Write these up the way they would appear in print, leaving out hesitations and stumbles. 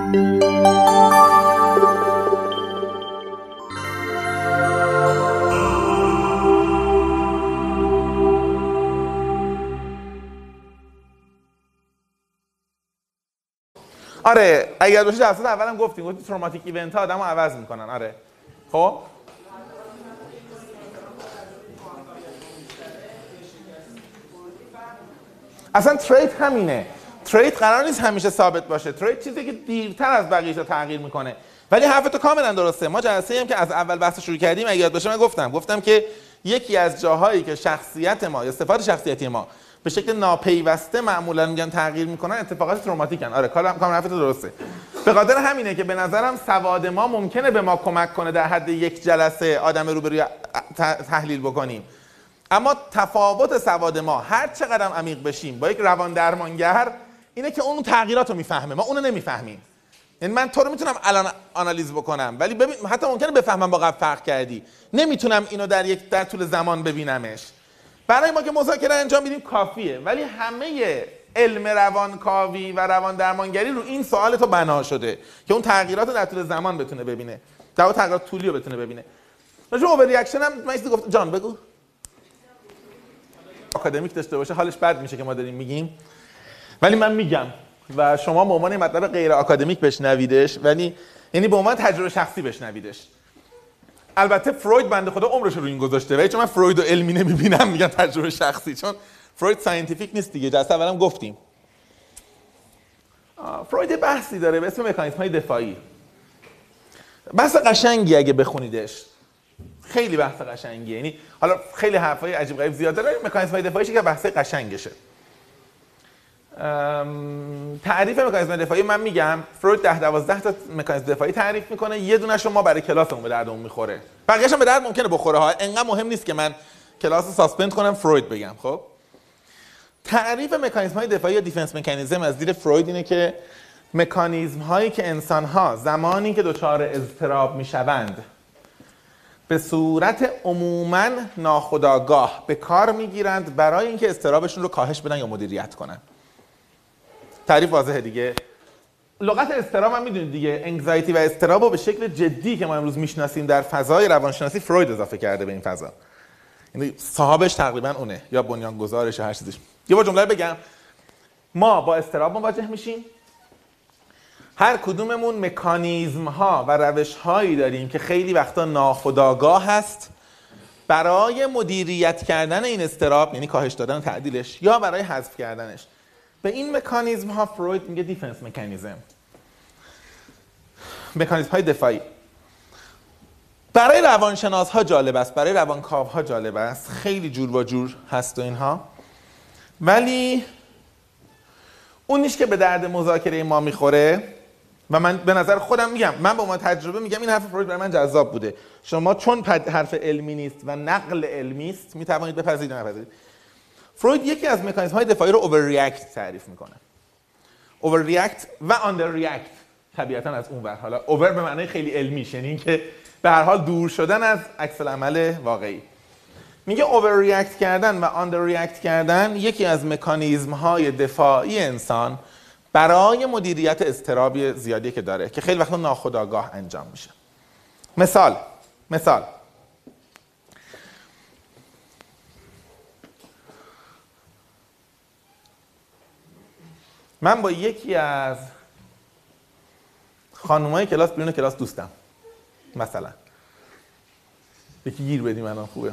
آره اگر باشه جلسات اولم گفتیم تروماتیک ایونت ها آدمو عوض میکنن. آره خب اصلا تریت همینه. تریت قرار نیست همیشه ثابت باشه. تریت چیزی که دیرتر از بقیه‌ها تغییر میکنه. ولی حرفتو کاملا درسته. ما جلسه‌ای هم که از اول بحث شروع کردیم اگه یاد باشه من گفتم که یکی از جاهایی که شخصیت ما یا صفات شخصیتی ما به شکل ناپیوسته معمولا میگن تغییر میکنن اتفاقات تروماتیکن. آره کاملا حرفت درسته. به خاطر همینه که به نظرم سواد ما ممکنه به ما کمک کنه در حد یک جلسه آدم روبروی تحلیل بکنیم. اما تفاوت سواد ما هر چقدر عمیق بشیم با یک روان درمانگر اینه که اون تغییرات رو میفهمه، ما اونو نمیفهمیم. یعنی من تو رو میتونم الان آنالیز بکنم ولی ببین حتی ممکنه بفهمم با قبل فرق کردی، نمیتونم اینو در طول زمان ببینمش. برای ما که مذاکره انجام بدیم کافیه. ولی همه علم روانکاوی و روان درمانگری رو این سوال تو بنا شده که اون تغییرات رو در طول زمان بتونه ببینه، در واقع تغییرات طولی رو بتونه ببینه. راجع به اوور ریاکشن هم من گفت جان بگو. آکادمیک داشته باشه حالش بد میشه که ما داریم میگیم، ولی من میگم و شما به عنوان مطلب غیر آکادمیک بشنویدش، ولی یعنی به عنوان تجربه شخصی بشنویدش. البته فروید بنده خدا عمرش رو این گذاشته ولی چون من فروید رو علمی نمیبینم میگم تجربه شخصی، چون فروید ساینتیفیک نیست دیگه. جلسه اولام گفتیم فروید بحثی داره به اسم مکانیزم های دفاعی. بحث قشنگی اگه بخونیدش، خیلی بحث قشنگیه. یعنی حالا خیلی حرفای عجیب غریب زیاد داره، مکانیزم های دفاعیش که بحث قشنگشه. تعریف مکانیزم دفاعی من میگم فروید 10-12 تا مکانیزم دفاعی تعریف میکنه، یه دونه‌ش رو ما برای کلاسمون به دردمون میخوره، بقیه‌اش هم به درد ممکنه بخوره ها، انقدر مهم نیست که من کلاس رو ساسپند کنم فروید بگم. خب تعریف مکانیزم های دفاعی یا دیفنس مکانیزم از دید فروید اینه که مکانیزم هایی که انسان ها زمانی که دچار اضطراب میشوند به صورت عموماً ناخودآگاه به کار میگیرند برای اینکه اضطرابشون رو کاهش بدن یا مدیریت کنن. تعریف واضحه دیگه. لغت اضطراب هم میدونید دیگه، انگزایتی و اضطراب رو به شکل جدی که ما امروز میشناسیم در فضای روانشناسی فروید اضافه کرده به این فضا. یعنی صاحبش تقریبا اونه یا بنیانگذارش یا هر چیزیش. یه بار جمله بگم، ما با اضطراب مواجه میشیم، هر کدوممون مکانیزم ها و روش هایی داریم که خیلی وقتا ناخودآگاه هست برای مدیریت کردن این اضطراب، یعنی کاهش دادن و تعدیلش یا برای حذف کردنش. به این مکانیزم ها فروید میگه دیفنس مکانیزم، مکانیزم های دفاعی. برای روانشناس ها جالب است، برای روانکاو ها جالب است، خیلی جور و جور هست و اینها، ولی اون نیست که به درد مذاکره ما میخوره. و من به نظر خودم میگم، من با ما تجربه میگم این حرف فروید برای من جذاب بوده. شما چون حرف علمی نیست و نقل علمی است میتوانید بپذیرید یا نپذیرید. فروید یکی از مکانیزم های دفاعی رو اوور ریاکت تعریف میکنه. اوور ریاکت و آندر ریاکت طبیعتا از اون ور. حالا اوور به معنای خیلی علمیش، یعنی اینکه به هر حال دور شدن از عکس العمل واقعی. میگه اوور ریاکت کردن و آندر ریاکت کردن یکی از مکانیزم های دفاعی انسان برای مدیریت اضطرابی زیادی که داره که خیلی وقتا ناخودآگاه انجام میشه. مثال من با یکی از خانومای کلاس بیرون کلاس دوستم، مثلا یکی گیر بدیم الان خوبه،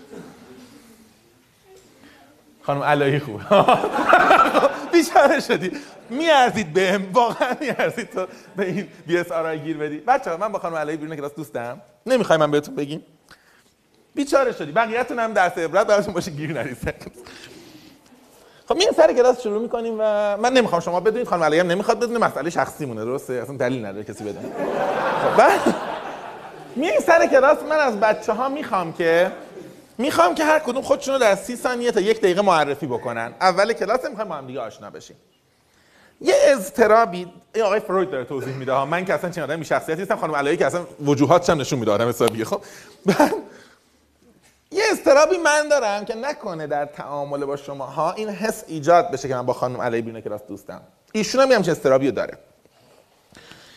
خانم علایی خوبه بیچاره شدی، میارزید بهم، واقعا میارزید تو به این بی اس آر گیر بدی. بچه‌ها من با خانم علایی بیرون کلاس دوستم، نمیخوای من بهتون بگیم، بیچاره شدی، بقیه‌تون هم درس عبرت براتون باشه گیر نریزید. خب میایم سر کلاس شروع میکنیم و من نمیخوام شما بدونید، خانم علی هم نمیخواد بدونه، مسئله شخصی مونه، درسته؟ اصلا دلیل نداره کسی بدونه. خب بعد میایم سر کلاس، من از بچه‌ها میخوام که هر کدوم خودشونو در 30 ثانیه تا 1 دقیقه معرفی بکنن. اول کلاس میخوایم با هم دیگه آشنا بشیم. یه اضطرابی این آقای فروید داره توضیح میده ها، من که اصلا چه آدمی بی شخصیتی نیستم، خانم علایی که اصلا وجوهاتش هم نشون میده آدم حسابیه. خب یه اضطرابی من دارم که نکنه در تعامل با شماها این حس ایجاد بشه که من با خانم علی بیرون کلاس دوستم. ایشون هم همچین اضطرابی رو داره.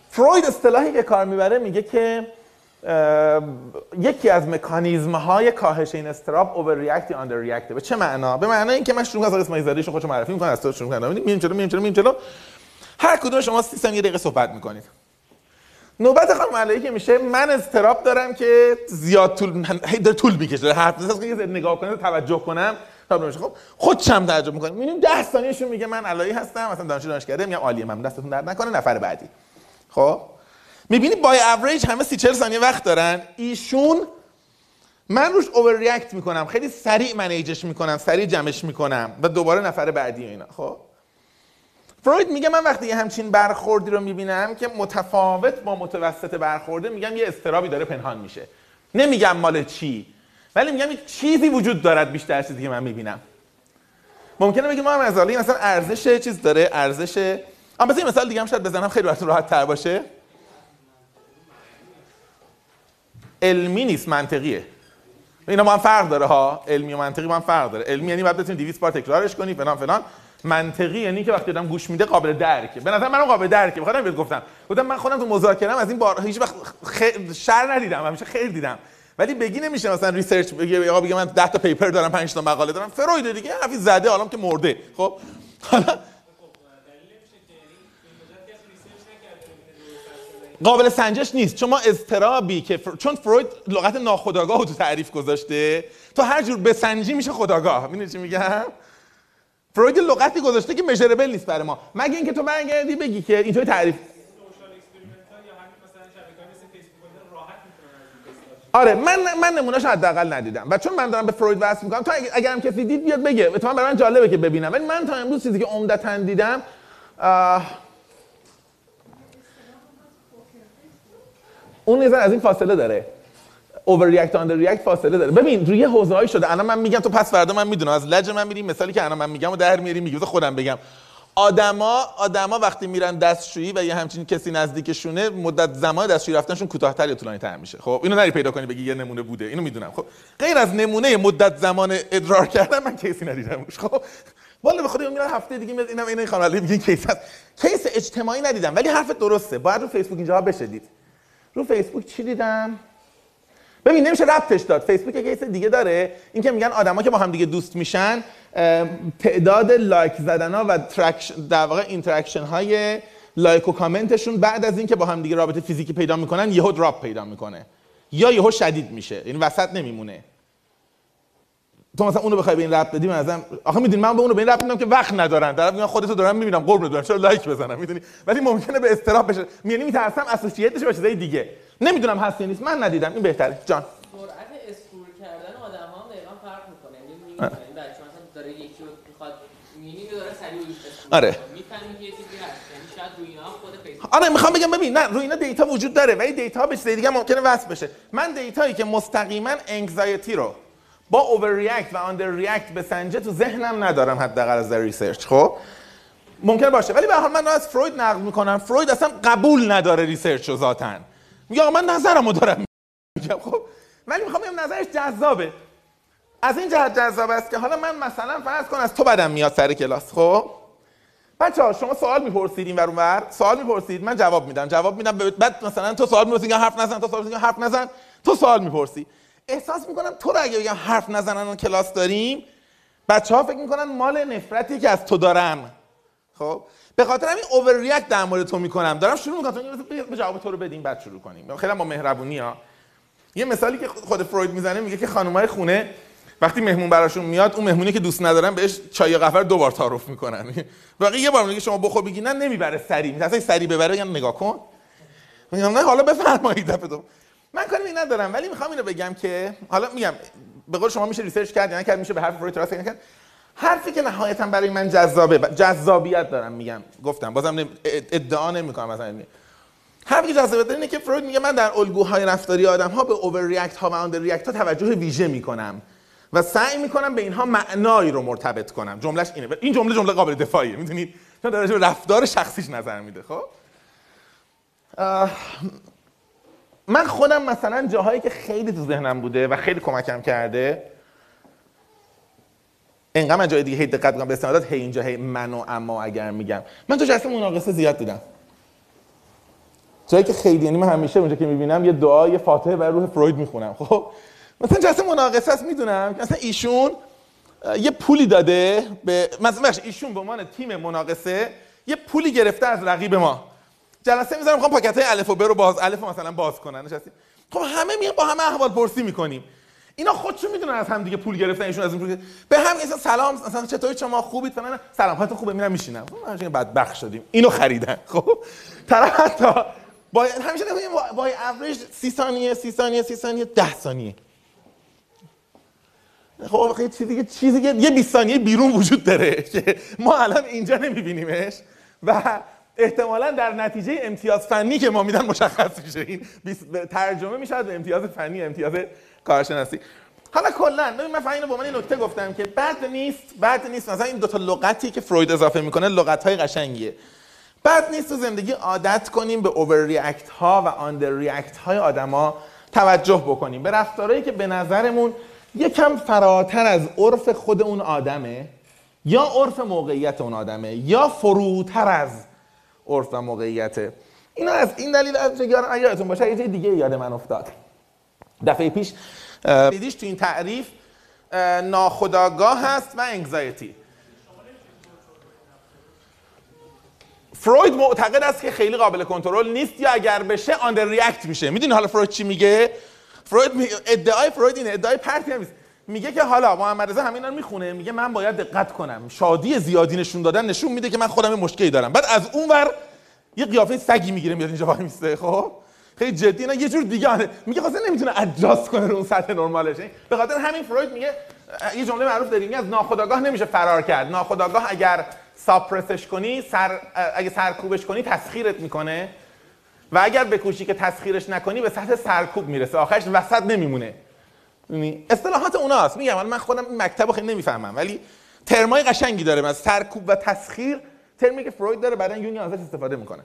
فروید اصطلاحی که کار میبره میگه که یکی از مکانیزم‌های کاهش این اضطراب اوور ریاکت یا آندر ریاکت. به چه معنا؟ به معنای اینکه من شروع از آقای اسماعیل زاده‌ایشو خودشو معرفی می‌کنم، از تو شروع می‌کنم، میریم جلو. هر کدوم شما 30 ثانیه دقیقه صحبت می‌کنید. نوبت خانم علایی که میشه من اضطراب دارم که زیاد طول می‌کشه، حرف بزنم که نگاه کنم توجه کنم تا بنوشه. خب خودم تعجب می‌کنم، می‌بینیم 10 ثانیهشون میگه من علایی هستم، مثلا دانشگاه میگم عالیه، من دستتون درد نکنه، نفر بعدی. خب می‌بینی بای اوریج همه 30-40 ثانیه وقت دارن، ایشون من روش اوور ریاکت میکنم، خیلی سریع منیجش میکنم، سریع جمعش میکنم و دوباره نفر بعدی و اینا. خب فروید میگه من وقتی یه همچین برخوردی رو میبینم که متفاوت با متوسط برخورده، میگم یه اضطرابی داره پنهان میشه. نمیگم مال چی، ولی میگم یک چیزی وجود دارد بیشتر از چیزی که من میبینم. ممکنه بگیم ما مثلا ارزش چیز داره، ارزش مثلا مثال دیگه هم شاید بزنم خیلی براتون راحت تر باشه. علمی نیست، منطقیه. اینا با هم فرق داره ها، علمی و منطقی با هم فرق داره. علمی یعنی باید بتونی 200 بار تکرارش کنی فلان فلان. منطقی یعنی که وقتی آدم گوش میده قابل درکه. به نظر من قابل درکه. بخاطر همین گفتم من خودم تو مذاکره‌ام از این بار هیچ وقت شر ندیدم، همیشه خیر دیدم. ولی بگی نمیشه مثلا ریسرچ بگه من 10 تا پیپر دارم، 5 تا مقاله دارم. فروید دیگه حرفی زده حالا که مرده. خب حالا قابل سنجش نیست، چون ما اضطرابی که چون فروید لغت ناخودآگاه رو تو تعریف گذاشته، تو هر جور بسنجی میشه خودآگاه. میدونی چی میگم؟ فروید لغتی گذاشته که میجربل نیست برای ما، مگه اینکه تو برگردی بگی که اینطوری تعریف آره من نمونه‌اش حداقل ندیدم و چون من دارم به فروید وصل میکنم، تا اگرم کسی دید بیاد بگه، اتفاقا برای من جالبه که ببینم. ولی من تا امروز چیزی که عمدتاً دیدم اون نظر از این فاصله داره، اوور ریاکت آندر ریاکت فاصله داره. ببین روی حوزه‌ای شده، الان من میگم تو پس فردا من میدونم از لج من میریم مثالی که الان من میگم و در میاریم میگی خودم بگم. آدما وقتی میرن دستشویی و یه همچین کسی نزدیکشونه، مدت زمان دستشویی رفتنشون کوتاه‌تر یا طولانی‌تر میشه. خب اینو نری پیدا کنی بگی یه نمونه بوده، اینو میدونم. خب غیر از نمونه مدت زمان ادرار کردن من کیسی ندیدم. خب والا به خدا میرم هفته دیگه میاد اینم این خانم علی میگه کیس هست. کیس اجتماعی ندیدم، ولی حرف درسته. باید رو فیسبوک اینجاها بشه دید. رو فیسبوک چی دیدم؟ ببین نمیشه ربطش داد. فیسبوک یه کیس دیگه داره، این که میگن آدما که با هم دیگه دوست میشن، تعداد لایک زدن‌ها و در واقع اینتراکشن های لایک و کامنتشون بعد از اینکه با هم دیگه رابطه فیزیکی پیدا میکنن یهو دراپ پیدا میکنه یا یهو شدید میشه، یعنی وسط نمیمونه. تو مثلا اونو بخوای به این ربط بدی، مثلا آخه میدونی من به اونو به این ربط میدم که وقت ندارن، طرف میگه خودتو دارم میبینم قربونت برم چرا لایک بزنم، میدونی؟ ولی ممکنه به استراب بشه، یعنی میترسم اسوسییت بشه با چیزای دیگه. نمیدونم هست یا نیست، من ندیدم. این بهتره. جان سرعت اسکرول کردن آدم‌ها هم دقیقاً فرق می‌کنه. یعنی این بچه‌ها مثلا داره یکی رو می‌خواد می‌بینی داره سریع اسکرول. آره می‌فهمی که یه چیزی هست. یعنی شاید روی اینا خود فیسبوک. آره میخوام بگم ببین نه روی اینا دیتا وجود داره، ولی دیتا به چیز دیگه ممکنه وصل بشه. من دیتایی که مستقیما انگزایتی رو با اوور ریاکت و آندر ریاکت به سنجه تو ذهنم ندارم، حداقل از ریسرچ. خب ممکنه باشه، ولی به هر حال من از فروید نقل میکنم. فروید اصلا قبول نداره ریسرچ رو ذاتاً. میگه آقا من نظرمو دارم میگم. خب ولی میخوام بگم نظرش جذابه. از این جهت جذاب است که حالا من مثلا فرض کن از تو بدم میاد سر کلاس. خب بچه‌ها شما سوال میپرسید این ور اون ور، سوال میپرسید من جواب میدم، بعد مثلا تو سوال میپرسی حرف نزن، تو سوال میپرسی حرف نزن، تو سوال میپرسی. احساس میکنم تو رو اگه بگم حرف نزنن و کلاس داریم، بچه‌ها فکر میکنن مال نفرتی که از تو دارم. خب به خاطر همین اوور ریاکت در مورد تو میکنم، دارم شروع میکنم به جواب تو رو بدیم بعد شروع کنیم. خیلی با مهربونی ها. یه مثالی که خود فروید میزنه میگه که خانم‌های خونه وقتی مهمون براشون میاد، اون مهمونی که دوست ندارن بهش چای قهوه 2 بار تعارف میکنن. باقی یه بار میگه شما بخور بگی نه نمیبره سری، میتونه سری ببره، میگن نگاه کن. میگم نه حالا بفرمایید دفعه دوم. من کاری می ندارم، ولی میخوام اینو بگم که حالا میگم به قول شما میشه ریسرچ کرد یا نکرد، میشه به حرف فروید اعتراض کرد. حرفی که نهایتا برای من جذابه، جذابیت دارم میگم، گفتم بازم ادعا نمیکنم مثلا. حرفی که جذابیت داره اینه که فروید میگه من در الگوهای رفتاری آدم‌ها به اوور ریاکت ها و آندر ریاکت ها توجه ویژه میکنم و سعی میکنم به اینها معنایی رو مرتبط کنم. جملهش اینه. این جمله قابل دفاعیه، میدونید، چون در رابطه رفتار شخصیش نظر میده. خب من خودم مثلا جاهایی که خیلی تو ذهنم بوده و خیلی کمکم کرده، انقدر من جای دیگه هی دقت می‌کنم به استنادات، اینجا من و اما اگر میگم، من تو جلسه مناقصه زیاد دیدم. جایی که خیلی، یعنی من همیشه اونجا که میبینم یه دعای فاتحه برای روح فروید میخونم. خب مثلا جلسه مناقصه است، میدونم که مثلا ایشون یه پولی داده به مثلا ایشون به عنوان تیم مناقصه یه پولی گرفته از رقیب ما. جلسه میذارم میخوام پاکت‌های الف و ب رو الف مثلا باز کنن، نشستیم خب همه میان با همه احوال پرسی میکنیم. اینا خودشون میدونن از هم دیگه پول گرفتن، ایشون از این پول به هم مثلا سلام مثلا چطوری شما خوبید فلان، سلام حالتون خوبه، میرم میشینم. ما بدبخت شدیم اینو خریدن. خب طرف حتی با همیشه با اوریج 30 ثانیه 10 ثانیه. خب خیلی چیزی که یه 20 ثانیه بیرون وجود داره که ما الان اینجا نمیبینیمش و احتمالاً در نتیجه امتیاز فنی که ما میدن مشخص میشه. این ترجمه میشه به امتیاز فنی، امتیاز کارشناسی. حالا کلا ببین من اینو به عنوان نکته گفتم که بد نیست مثلا این دو تا لغتی که فروید اضافه میکنه لغت‌های قشنگیه. بد نیست تو زندگی عادت کنیم به اوور ریاکت ها و آندر ریاکت های آدما توجه بکنیم، به رفتارهایی که به نظرمون یکم فراتر از عرف خود اون آدمه یا عرف موقعیت اون آدمه یا فروتر از عرف و موقعیته. اینا از این دلیل از یادتون باشه یه جای دیگه یاد من افتاد. دفعه پیش دیدیش تو این تعریف ناخودآگاه هست و انگزایتی. فروید معتقد است که خیلی قابل کنترل نیست یا اگر بشه آندر ریاکت میشه. میدونی حالا فروید چی میگه؟ ادعای فروید اینه، ادعای پرتی نیست. میگه که حالا محمد رضا همینا رو میخونه، میگه من باید دقت کنم، شادی زیادی نشون دادن نشون میده که من خودم مشکلی دارم. بعد از اونور یه قیافه سگی میگیره میاد اینجا وای میسته. خب خیلی جدی نه، یه جور دیگه میگه خاصه نمیتونه ادجاست کنه رو اون سطح نرمالش. به خاطر همین فروید میگه یه جمله معروف داریم، از ناخودآگاه نمیشه فرار کرد. ناخودآگاه اگر ساپرسش کنی، اگه سرکوبش کنی تسخیرت میکنه و اگر بکوشی که تسخیرش نکنی به سطح سرکوب میرسه، آخرش وسط نمیمونه. اصطلاحات اوناست. میگم من خودم این مکتبو خیلی نمیفهمم ولی ترمای قشنگی داره، از سرکوب و تسخیر ترمی که فروید داره بعدن یونگ ازش استفاده میکنه.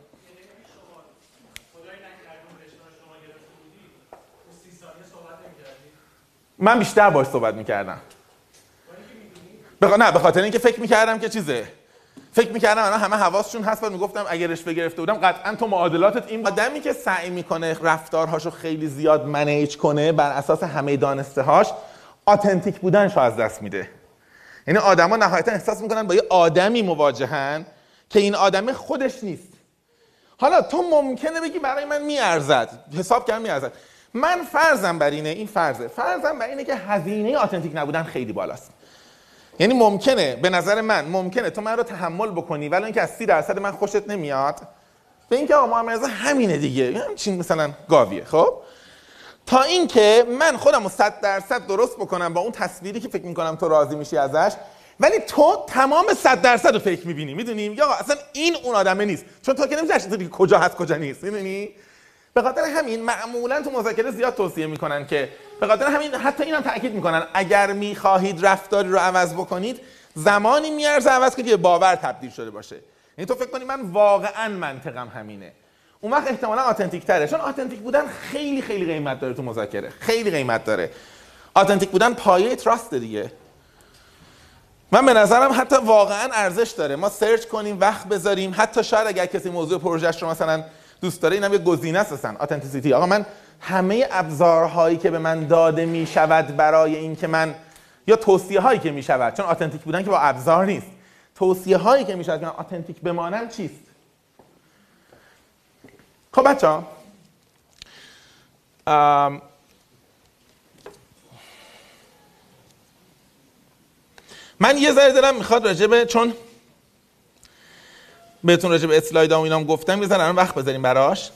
من بیشتر باهاش صحبت میکردم. نه به خاطر اینکه فکر میکردم که فکر میکردم الان همه حواسشون هست، بعد میگفتم اگه رشوه گرفته بودم قطعا تو معادلاتت این. آدمی که سعی میکنه رفتارهاشو خیلی زیاد منیج کنه بر اساس همه دانسته هاش، اتنتیک بودنشو از دست میده. یعنی آدما نهایتا احساس میکنن با یه آدمی مواجهن که این آدم خودش نیست. حالا تو ممکنه بگی برای من میارزد، حساب کردم میارزد. من فرضم بر اینه، این فرضم بر اینه که هزینه اتنتیک نبودن خیلی بالاست. یعنی ممکنه به نظر من تو من رو تحمل بکنی ولی اینکه از 30% من خوشت نمیاد، به اینکه آقا محمد رضا همینه دیگه، همین مثلا گاویه. خب تا اینکه من خودم رو 100% درست بکنم با اون تصویری که فکر میکنم تو راضی میشی ازش، ولی تو تمام 100% رو فکر میبینی، میدونیم یا اصلا این اون آدمه نیست، چون تو که نمی‌دونی کجا هست کجا نیست، میدونی. به خاطر همین معمولا تو مذاکره زیاد توصیه میکنن که به خاطر همین حتی اینم تاکید میکنن اگر میخواهید رفتاری رو عوض بکنید زمانی میارزه عوض کنید که باور تبدیل شده باشه. یعنی تو فکر کنی من واقعا منطقم همینه، اون وقت احتمالاً اتنتیک تره، چون اتنتیک بودن خیلی خیلی قیمت داره تو مذاکره، خیلی قیمت داره. اتنتیک بودن پایه تراست دیگه. من به نظرم حتی واقعا ارزش داره ما سرچ کنیم، وقت بذاریم، حتی شاید اگر کسی موضوع پروژهش رو مثلا دوست داره اینم یه گزینه است اصلا اتنتیسیتی. آقا من همه ابزارهایی که به من داده میشود برای این که من یا توصیه هایی که میشود، چون اتنتیک بودن که با ابزار نیست، توصیه هایی که میشود که من اتنتیک بمانم چیست؟ خب بچه‌ها من یه ذره دلم میخواد راجبه، چون بهتون راجب اسلایدام اینام گفتم، یه ذره الان وقت بذاریم براش،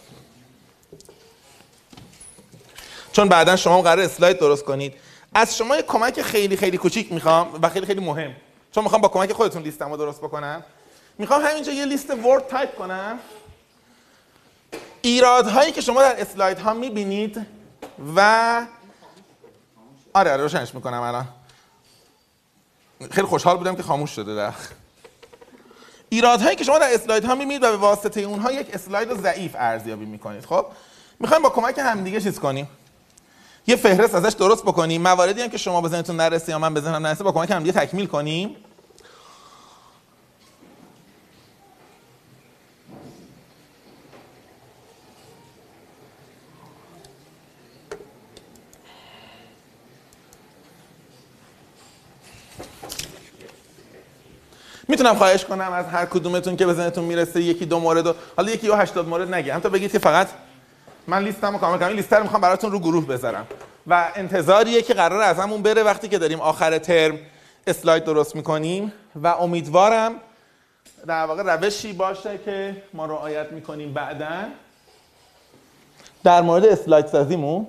چون بعداً شما قراره اسلاید درست کنید. از شما یه کمک خیلی خیلی کوچیک میخوام و خیلی خیلی مهم، چون میخوام با کمک خودتون لیستمو درست بکنم. میخوام همینجا یه لیست ورد تایپ کنم، ایرادهایی که شما در اسلایدها میبینید و آره روشنش میکنم الان. خیلی خوشحال بودم که خاموش شده در ایرادهایی که شما در اسلایدها میبینید و به واسطه اونها یک اسلاید ضعیف ارزیابی میکنید. خب میخوایم با کمک همدیگه چیز کنیم، یه فهرست ازش درست بکنیم، مواردی هم که شما به ذهنتون نرسه یا من به ذهنم نرسه با کمک همدیگه تکمیل کنیم. میتونم خواهش کنم از هر کدومتون که به ذهنتون میرسه یکی دو مورد حالا یکی یا 80 مورد نگه، هم تا بگید که فقط من لیستمو کامل کنم. این لیست رو میخوام براتون رو گروه بذارم و انتظاریه که قرار ازمون بره وقتی که داریم آخر ترم اسلاید درست میکنیم و امیدوارم در واقع روشی باشه که ما رعایت میکنیم بعداً در مورد اسلاید سازیمون.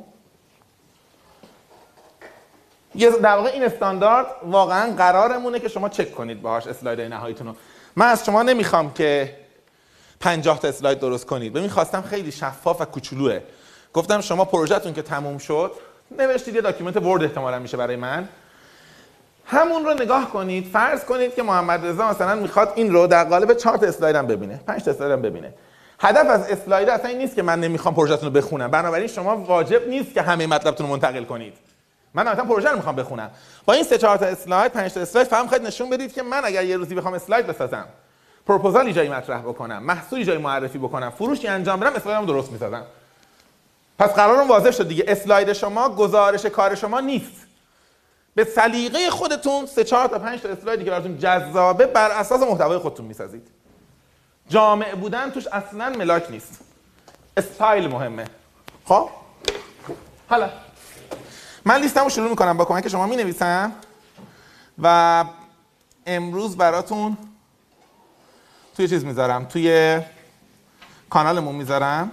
در واقع این استاندارد واقعا قرارمونه که شما چک کنید باهاش اسلایدهای نهاییتون رو. من از شما نمیخوام که 50 تا اسلاید درست کنید. ببین خواستم خیلی شفاف و کوچولوئه. گفتم شما پروژهتون که تموم شد نوشتید یه داکیومنت ورد احتمالاً میشه برای من، همون رو نگاه کنید. فرض کنید که محمد رضا مثلا میخواد این رو در قالب 4 تا اسلاید هم ببینه، 5 تا اسلاید هم ببینه. هدف از اسلاید اصلا این نیست که من نمیخوام پروژهتون رو بخونم، بنابراین شما واجب نیست که همه مطلبتون رو منتقل کنید. من مثلا پروژه رو میخوام بخونم، با این 3-4 تا اسلاید 5 تا اسلاید فهم خواهید نشون بدید که من اگر یه روزی بخوام اسلاید بسازم، پروپوزالی جایی مطرح بکنم، محصولی جایی معرفی بکنم، فروشی انجام بدم، اسلایدمو درست میسازم. پس قرارم واضح شد دیگه، اسلاید شما گزارش کار شما نیست. به سلیقه خودتون 3-4 تا 5 تا اسلایدی که براتون جذابه بر اساس محتوای خودتون میسازید. جامع بودن توش اصلا ملاک نیست. استایل مهمه. خب حالا من لیستمو شروع میکنم با کمک شما مینویسم و امروز براتون توی چیز میذارم، توی کانالمون میذارم.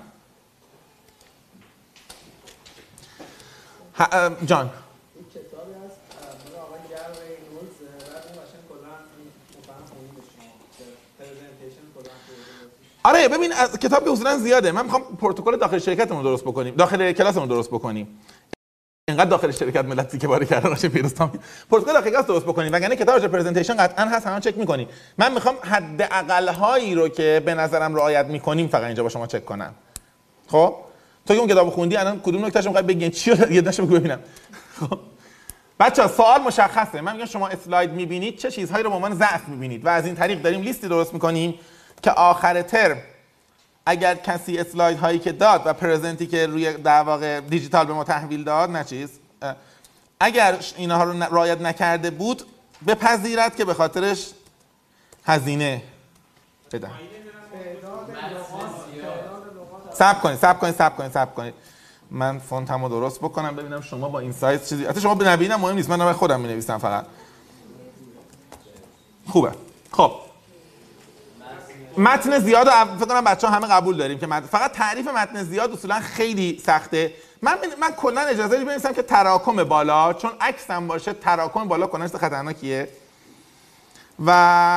جان کتابی هست مال آقای گروی نولز بعد اون قشنگ کلا مفهوم خوندیم شما پرزنتیشن کلا آره ببین از کتاب که اصولا زیاده. من میخوام پروتکل داخل شرکتمون درست بکنیم، داخل کلاسمون درست بکنیم. اینقدر داخل شرکت ملتی که باره کردن راجع پیرستان پروتکل داخل کلاس درست بکنیم، وگرنه کتاب راجع پرزنتیشن قطعا هست، همون چک می‌کنی. من میخوام حداقل هایی رو که به نظرم رعایت می‌کنیم فقط اینجا با شما چک کنم. خب تو که اون کتابو خوندی الان کدوم نکتهشو می‌خوای بگین؟ چی رو یه داشو بگو ببینم. خب بچه‌ها سوال مشخصه. من میگم شما اسلاید می‌بینید چه چیزهایی رو به عنوان ضعف می‌بینید و از این طریق داریم لیستی درست می‌کنیم که آخر ترم اگر کسی اسلاید هایی که داد و پرزنتی که روی در واقع دیجیتال به ما تحویل داد نه چیز، اگر اینها رو رعایت نکرده بود بپذیرد که به خاطرش هزینه بدن. صبر کنید من فونتمو درست بکنم ببینم شما با این سایز چیزی، حتی شما بنویسید مهم نیست، من خودم می‌نویسم فقط. خوبه. خب متن زیاد فکر کنم بچه‌ها همه قبول داریم که فقط تعریف متن زیاد اصولا خیلی سخته. من کلا اجازه بنویسم که تراکم بالا، چون عکس هم باشه تراکم بالا کنش خطرناکیه. و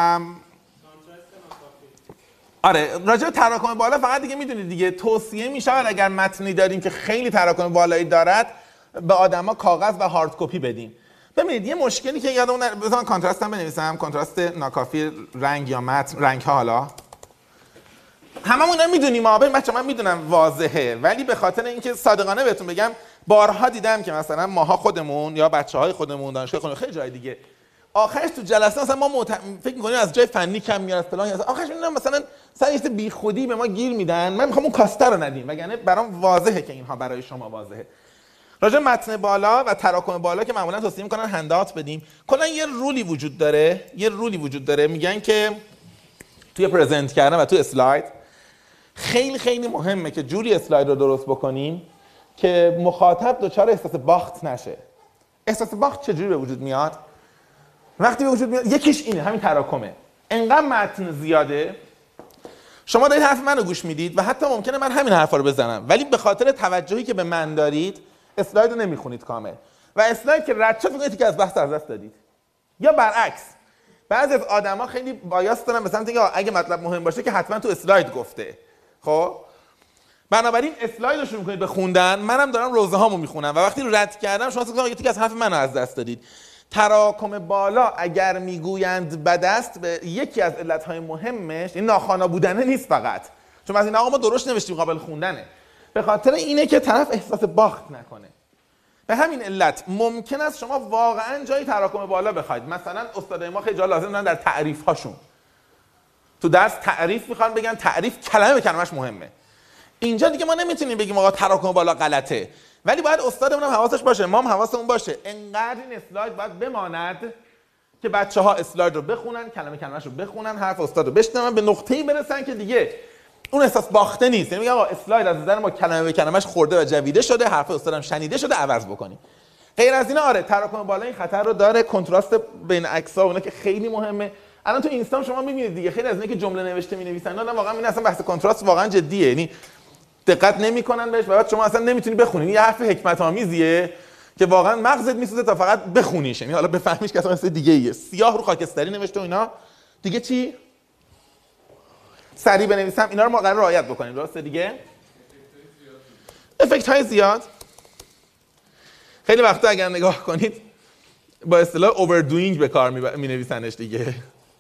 آره راجع به تراکم بالا فقط دیگه میدونید دیگه توصیه میشود اگر متنی داریم که خیلی تراکم بالایی دارد به آدما کاغذ و هارد کپی بدیم. ببینید یه مشکلی که یادمون بذارم کانتراست هم بنویسم، کانتراست ناکافی رنگ یا متن، رنگ ها حالا هممون میدونیم بچه‌ها، من میدونم واضحه، ولی به خاطر اینکه صادقانه بهتون بگم بارها دیدم که مثلا ماها خودمون یا بچه‌های خودمون دانشگاه خودمون خیلی جای دیگه آخرش تو جلسه مثلا ما فکر می‌کنیم از جای فنی کم میاد فلان، آخرش می‌بینم مثلا سر یه بیخودی به ما گیر میدن. من می‌خوام اون کاسته رو ندیم، وگرنه برام واضحه که اینها برای شما واضحه. راجع متن بالا و تراکم بالا که معمولا توصیه می‌کنن هندات بدیم، کلا یه رولی وجود داره میگن که توی پرزنت کردن و تو اسلاید خیلی خیلی مهمه که جوری اسلاید رو درست بکنیم که مخاطب دچار احساس باخت نشه. احساس باخت چجوری به وجود میاد؟ وقتی به وجود میاد یکیش اینه، همین تراکمه. انقدر متن زیاده شما دارید حرف منو گوش میدید و حتی ممکنه من همین حرفا رو بزنم، ولی به خاطر توجهی که به من دارید اسلاید رو نمیخونید کامل و اسلاید که رد شد میگید که از بحث از دست دادید. یا برعکس بعضی از آدما خیلی بایاس دارن مثلا اینکه اگه مطلب مهم باشه که حتما تو اسلاید گفته. خب بنابراین اسلاید رو شروع کنید به خوندن. منم دارم روزه هامو میخونم و وقتی رد کردم شما فکر کنید که از حرف منو از دست دادید. تراکم بالا اگر میگویند بد است، به یکی از علتهای مهمش این ناخوانا بودنه نیست فقط، چون از این آقا ما درست نوشتیم قابل خوندنه، به خاطر اینه که طرف احساس باخت نکنه. به همین علت ممکن است شما واقعا جای تراکم بالا بخواید. مثلا استادای ما خیلی جا لازم دارن در تعریف هاشون تو درس تعریف میخوان بگن، تعریف کلمه به کلمش مهمه. اینجا دیگه ما نمیتونیم بگیم آقا تراکم بالا غلطه، ولی باید استادمون هم حواسش باشه، ما هم حواسمون باشه. انقدر این اسلاید باید بماند که بچه‌ها اسلاید رو بخونن، کلمه کلمه‌اش رو بخونن، حرف استاد رو بشنون، به نقطه‌ای برسن که دیگه اون احساس باخته نیست. یعنی میگم آقا اسلاید از نظر ما کلمه به کلمه‌اش خورده و جویده شده، حرف استادم شنیده شده، عوض بکنیم. غیر از اینا آره تراکم بالا این خطر رو داره. کنتراست بین عکس‌ها اونا که خیلی مهمه. الان تو اینستام شما می‌بینید دیگه خیلی از اینا که جمله نوشته می‌نویسن نه واقعا این اصلا بحث کنتراست واقعا جدیه، یعنی دقت نمی‌کنن بهش و بعد شما اصلا نمی‌تونی بخونی. یه حرف حکمت آمیزیه که واقعا مغزت میسوزه تا فقط بخونیش، یعنی حالا بفهمیش که اصلا چیز دیگه‌ایه. سیاه رو خاکستری نوشته و اینا دیگه چی؟ سریع بنویسم اینا رو ما قرار رعایت بکنیم. درسته دیگه؟ افکت‌های زیاد. خیلی وقتا اگر نگاه کنید با اصطلاح اووردوینگ به کار می‌نویسنش دیگه.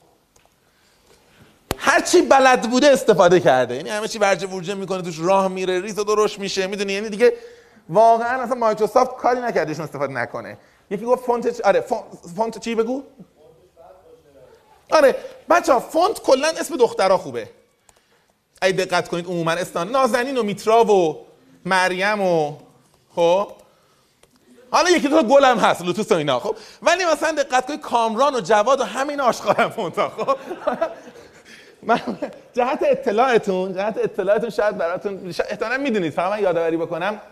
هر چی بلد بوده استفاده کرده، یعنی همه چی ورجه ورجه میکنه توش راه میره، ریز و درشت میشه، میدونی، یعنی دیگه واقعا اصلا مایکروسافت کاری نکردهشون استفاده نکنه. یکی گفت فونت آره فونت چی بگو؟ آره بچه‌ها فونت کلا اسم دخترها خوبه. اگه دقت کنید عموما نازنین و میترا و مریم و خب حالا یکی دو تا گل هم هست لوتوس و اینا خب، ولی مثلا دقت کنید کامران و جواد و همین آشغالن فونت‌ها خب. من جهت اطلاعتون شاید براتون احتمالاً میدونید، فقط من یادآوری بکنم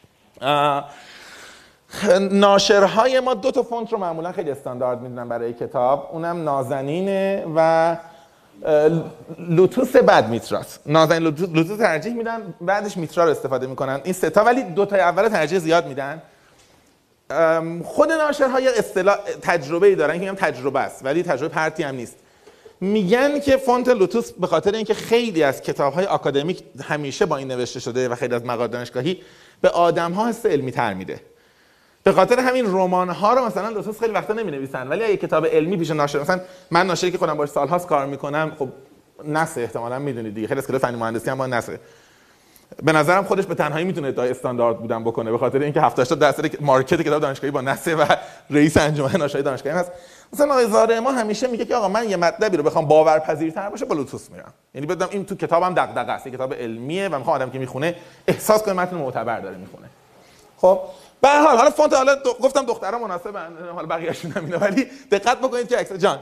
ناشرهای ما دو تا فونت رو معمولا خیلی استاندارد میدونن برای کتاب، اونم نازنینه و لوتوس بعد میتراست. نازنین لوتوس ترجیح میدن، بعدش میترا رو استفاده میکنن این سه تا، ولی دو تا اول ترجیح زیاد میدن. خود ناشرها یه اصطلاح تجربه‌ای دارن که میگم تجربه است ولی تجربه پرتی هم نیست. میگن که فونت لوتوس به خاطر اینکه خیلی از کتاب‌های آکادمیک همیشه با این نوشته شده و خیلی از مقالات دانشگاهی به آدم‌ها حس علمی‌تر میده. به خاطر همین رمان‌ها رو مثلا لوتوس خیلی وقتا نمی‌نویسن، ولی اگه کتاب علمی پیش ناشر، مثلا من ناشری که خودم باهاش سال‌هاست کار می‌کنم، خب نسه احتمالاً میدونید دیگه، خیلی از کلاس فنی مهندسی هم با نسه. به نظرم خودش به تنهایی میتونه ادعای استاندارد بودن بکنه، به خاطر اینکه 70-80% مارکت کتاب دانشگاهی با نسه و رئیس انجمن ناشرای دانشگاهی هست. مثلا آقای زاره ما همیشه میگه که آقا من یه مطلبی رو بخوام باورپذیرتر باشه با لوتوس میرم، یعنی بدونم این تو کتابم دغدغه است، کتاب علمیه و میخوام آدم که میخونه احساس کنه متن معتبر داره میخونه. خب به هر حال فونت حالا گفتم دخترها مناسبن، حالا بقیه‌شون هم اینا، ولی دقت بکنید که عکس جان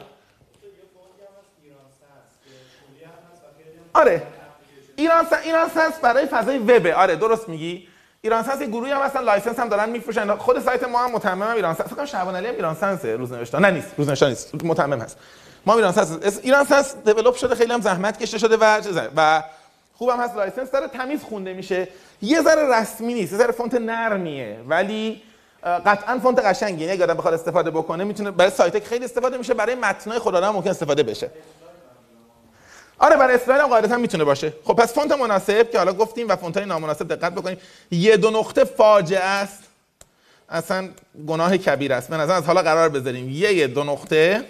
آره ایران سنس برای فضای وب. آره درست میگی. ایران سنس یه گروهی هم هستن لایسنس هم دارن میفروشن. خود سایت ما هم متمم ایران سنس، فکر کنم شعبان علی هم ایران سنس روزنوشته نه نیست، روزنوشته نیست، متمم هست. ما ایران سنس دیولپ شده، خیلی هم زحمت کشیده شده و خوبم هست، لایسنس داره، تمیز خونده میشه، یه ذره رسمی نیست، یه ذره فونت نرمیه ولی قطعا فونت قشنگیه. اگه آدم بخواد استفاده بکنه میتونه، برای سایت خیلی استفاده میشه، برای متنای خودآدم ممکن استفاده بشه. آره برای اسلاید هم قاعدتا میتونه باشه. خب پس فونت مناسب که حالا گفتیم و فونت‌های نامناسب دقت بکنیم. یه دو نقطه فاجعه است، اصلا گناه کبیر است. به نظر از حالا قرار بذاریم یه دو نقطه،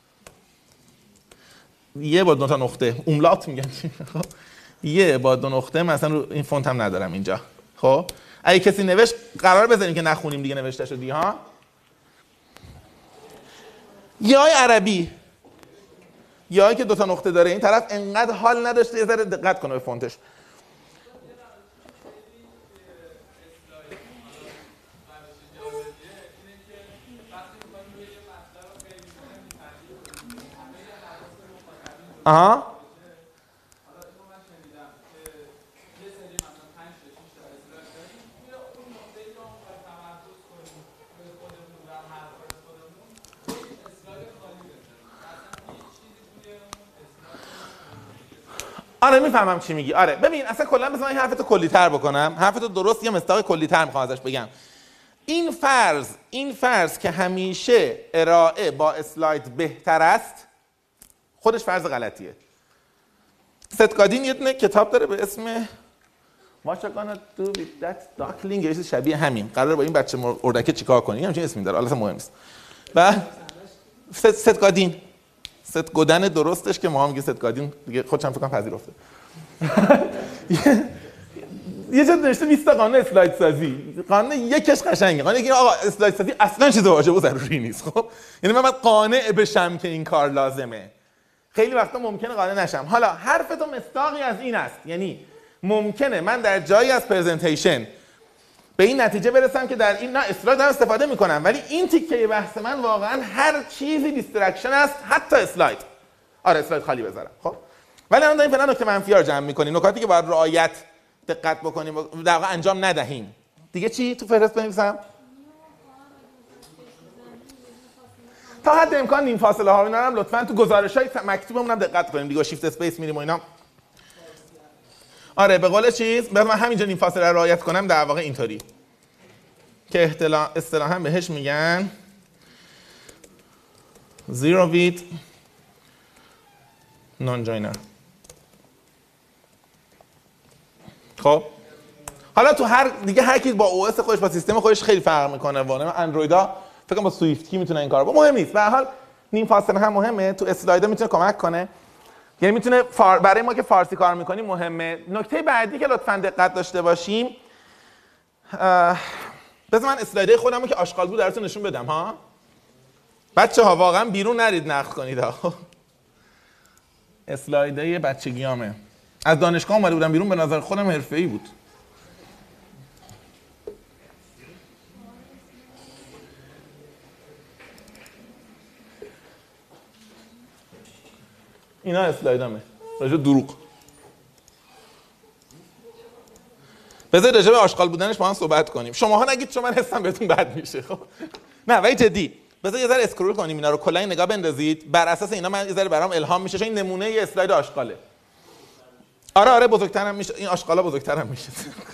یه با دو تا نقطه اوملات میگن خب یه با دو نقطه، مثلا رو این فونت هم ندارم اینجا. خب اگه کسی نوشت قرار بذاریم که نخونیم دیگه نوشته شدی ها. یای عربی یا که دو تا نقطه داره، این طرف انقدر حال نداشته یه ذره دقت کنه به فونتش. آها آره میفهمم چی میگی. آره ببین اصلا کلا مثلا این حرفتو کلی‌تر بکنم، حرفتو درست یه مستاق کلی‌تر میخوام ازش بگم. این فرض که همیشه ارائه با اسلاید بهتر است خودش فرض غلطیه. ستگادین یه دونه کتاب داره به اسم What you gonna do with that duckling، یه چیز شبیه همین، قراره با این بچه اردکه چیکار کنی، همچین اسمی داره، اصلا مهم نیست. و ستگادین ستگودن درستش که ما هم میگه ستگادین دیگه، خودش هم فکر کنم پذیرفته. یه جا نوشته 20 تا قانون اسلاید سازی، قانون یکش قشنگه، قانون یکی آقا اسلاید سازی اصلا چیز واجب و ضروری نیست. خب یعنی من باید قانع بشم که این کار لازمه. خیلی وقتا ممکنه قانع نشم. حالا حرف تو مستاقی از این است، یعنی ممکنه من در جایی از پرزنتیشن به این نتیجه برسم که در این نه اسلاید هم استفاده میکنم، ولی این تیکه بحث من واقعا هر چیزی دیسترکشن است، حتی اسلاید. آره اسلاید خالی بذارم. خب ولی الان داریم فعلا نکته منفی رو جمع میکنیم، نکاتی که باید رعایت دقت بکنیم در واقع انجام ندهیم. دیگه چی تو فهرست بنویسم؟ تا حد امکان نیم فاصله ها اینا هم لطفاً تو گزارش‌های مکتوبمون هم دقت کنیم دیگه، شیفت اسپیس میریم و اینا. آره به قول چیز بعد من همینجا نیم فاصله رو رعایت کنم در واقع اینطوری که اصطلاحاً بهش میگن زیرو وید نان جوینر. خب حالا تو هر کی با او اس خودش با سیستم خودش خیلی فرق میکنه. واقعا اندرویدا فکر کنم با سویفت کی میتونه این کارو بکنه، مهم نیست. به هر حال نیم فاصله هم مهمه، تو اسلایدها میتونه کمک کنه، یعنی میتونه برای ما که فارسی کار میکنیم مهمه. نکته بعدی که لطفاً دقت داشته باشیم، بذار من اسلایدهای خودمو که آشغال بود براتون نشون بدم ها. بچه‌ها واقعا بیرون نرید نقد کنید ها. اسلایدهای بچگیامه. از دانشگاه اومده بودم بیرون، به نظر خودم حرفه‌ای بود. اینا اسلایدامه راجع دروغ. بذارید راجع به آشغال بودنش با هم صحبت کنیم. شماها نگید چون من حسم بهتون بد میشه. خب نه ولی جدی بذارید یه ذره اسکرول کنیم اینا رو، کلا نگاه بندازید، بر اساس اینا من یه ذره برام الهام میشه، چون این نمونه یه اسلاید آشغاله. آره بزرگترم میشه، این آشغالا بزرگترم میشه.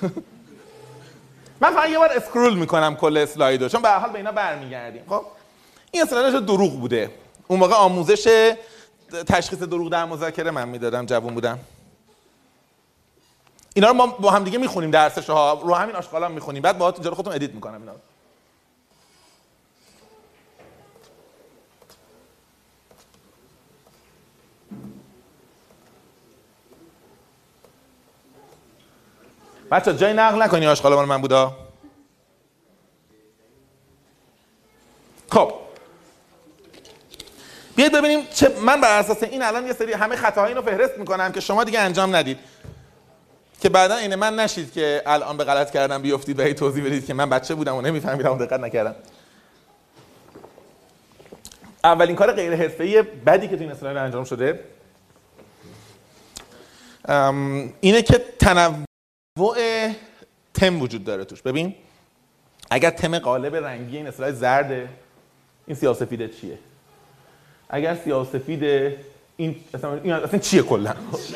من فقط یه بار اسکرول میکنم کل اسلایدو، چون به هر حال به اینا برمیگردیم. خب این اسلایدش دروغ بوده. اون موقع آموزش تشخیص دروغ در مذاکره من میدادم، جوون بودم. اینا رو ما با هم دیگه میخونیم درسش ها، رو همین آشغالا میخونیم، بعد باهاتون جلو خودتون ادیت میکنم اینا رو. بچه جای نقل نکنی آشغالا مال من بودا. خب بیاید ببینیم من بر اساس این الان یه سری همه خطاهایی رو فهرست میکنم که شما دیگه انجام ندید، که بعدا این من نشید که الان به غلط کردم بیافتید و هی توضیح بدید که من بچه بودم و نمیفهمیدم و دقت نکردم. اولین کار غیر حرفه‌ای بدی که تو این اسلاید انجام شده اینه که تنوع تم وجود داره توش. ببین اگر تم قالب رنگی این اسلاید زرده، این سیاه‌وسفید چیه؟ اگر سیاه‌وسفید این اصلا چیه کلا؟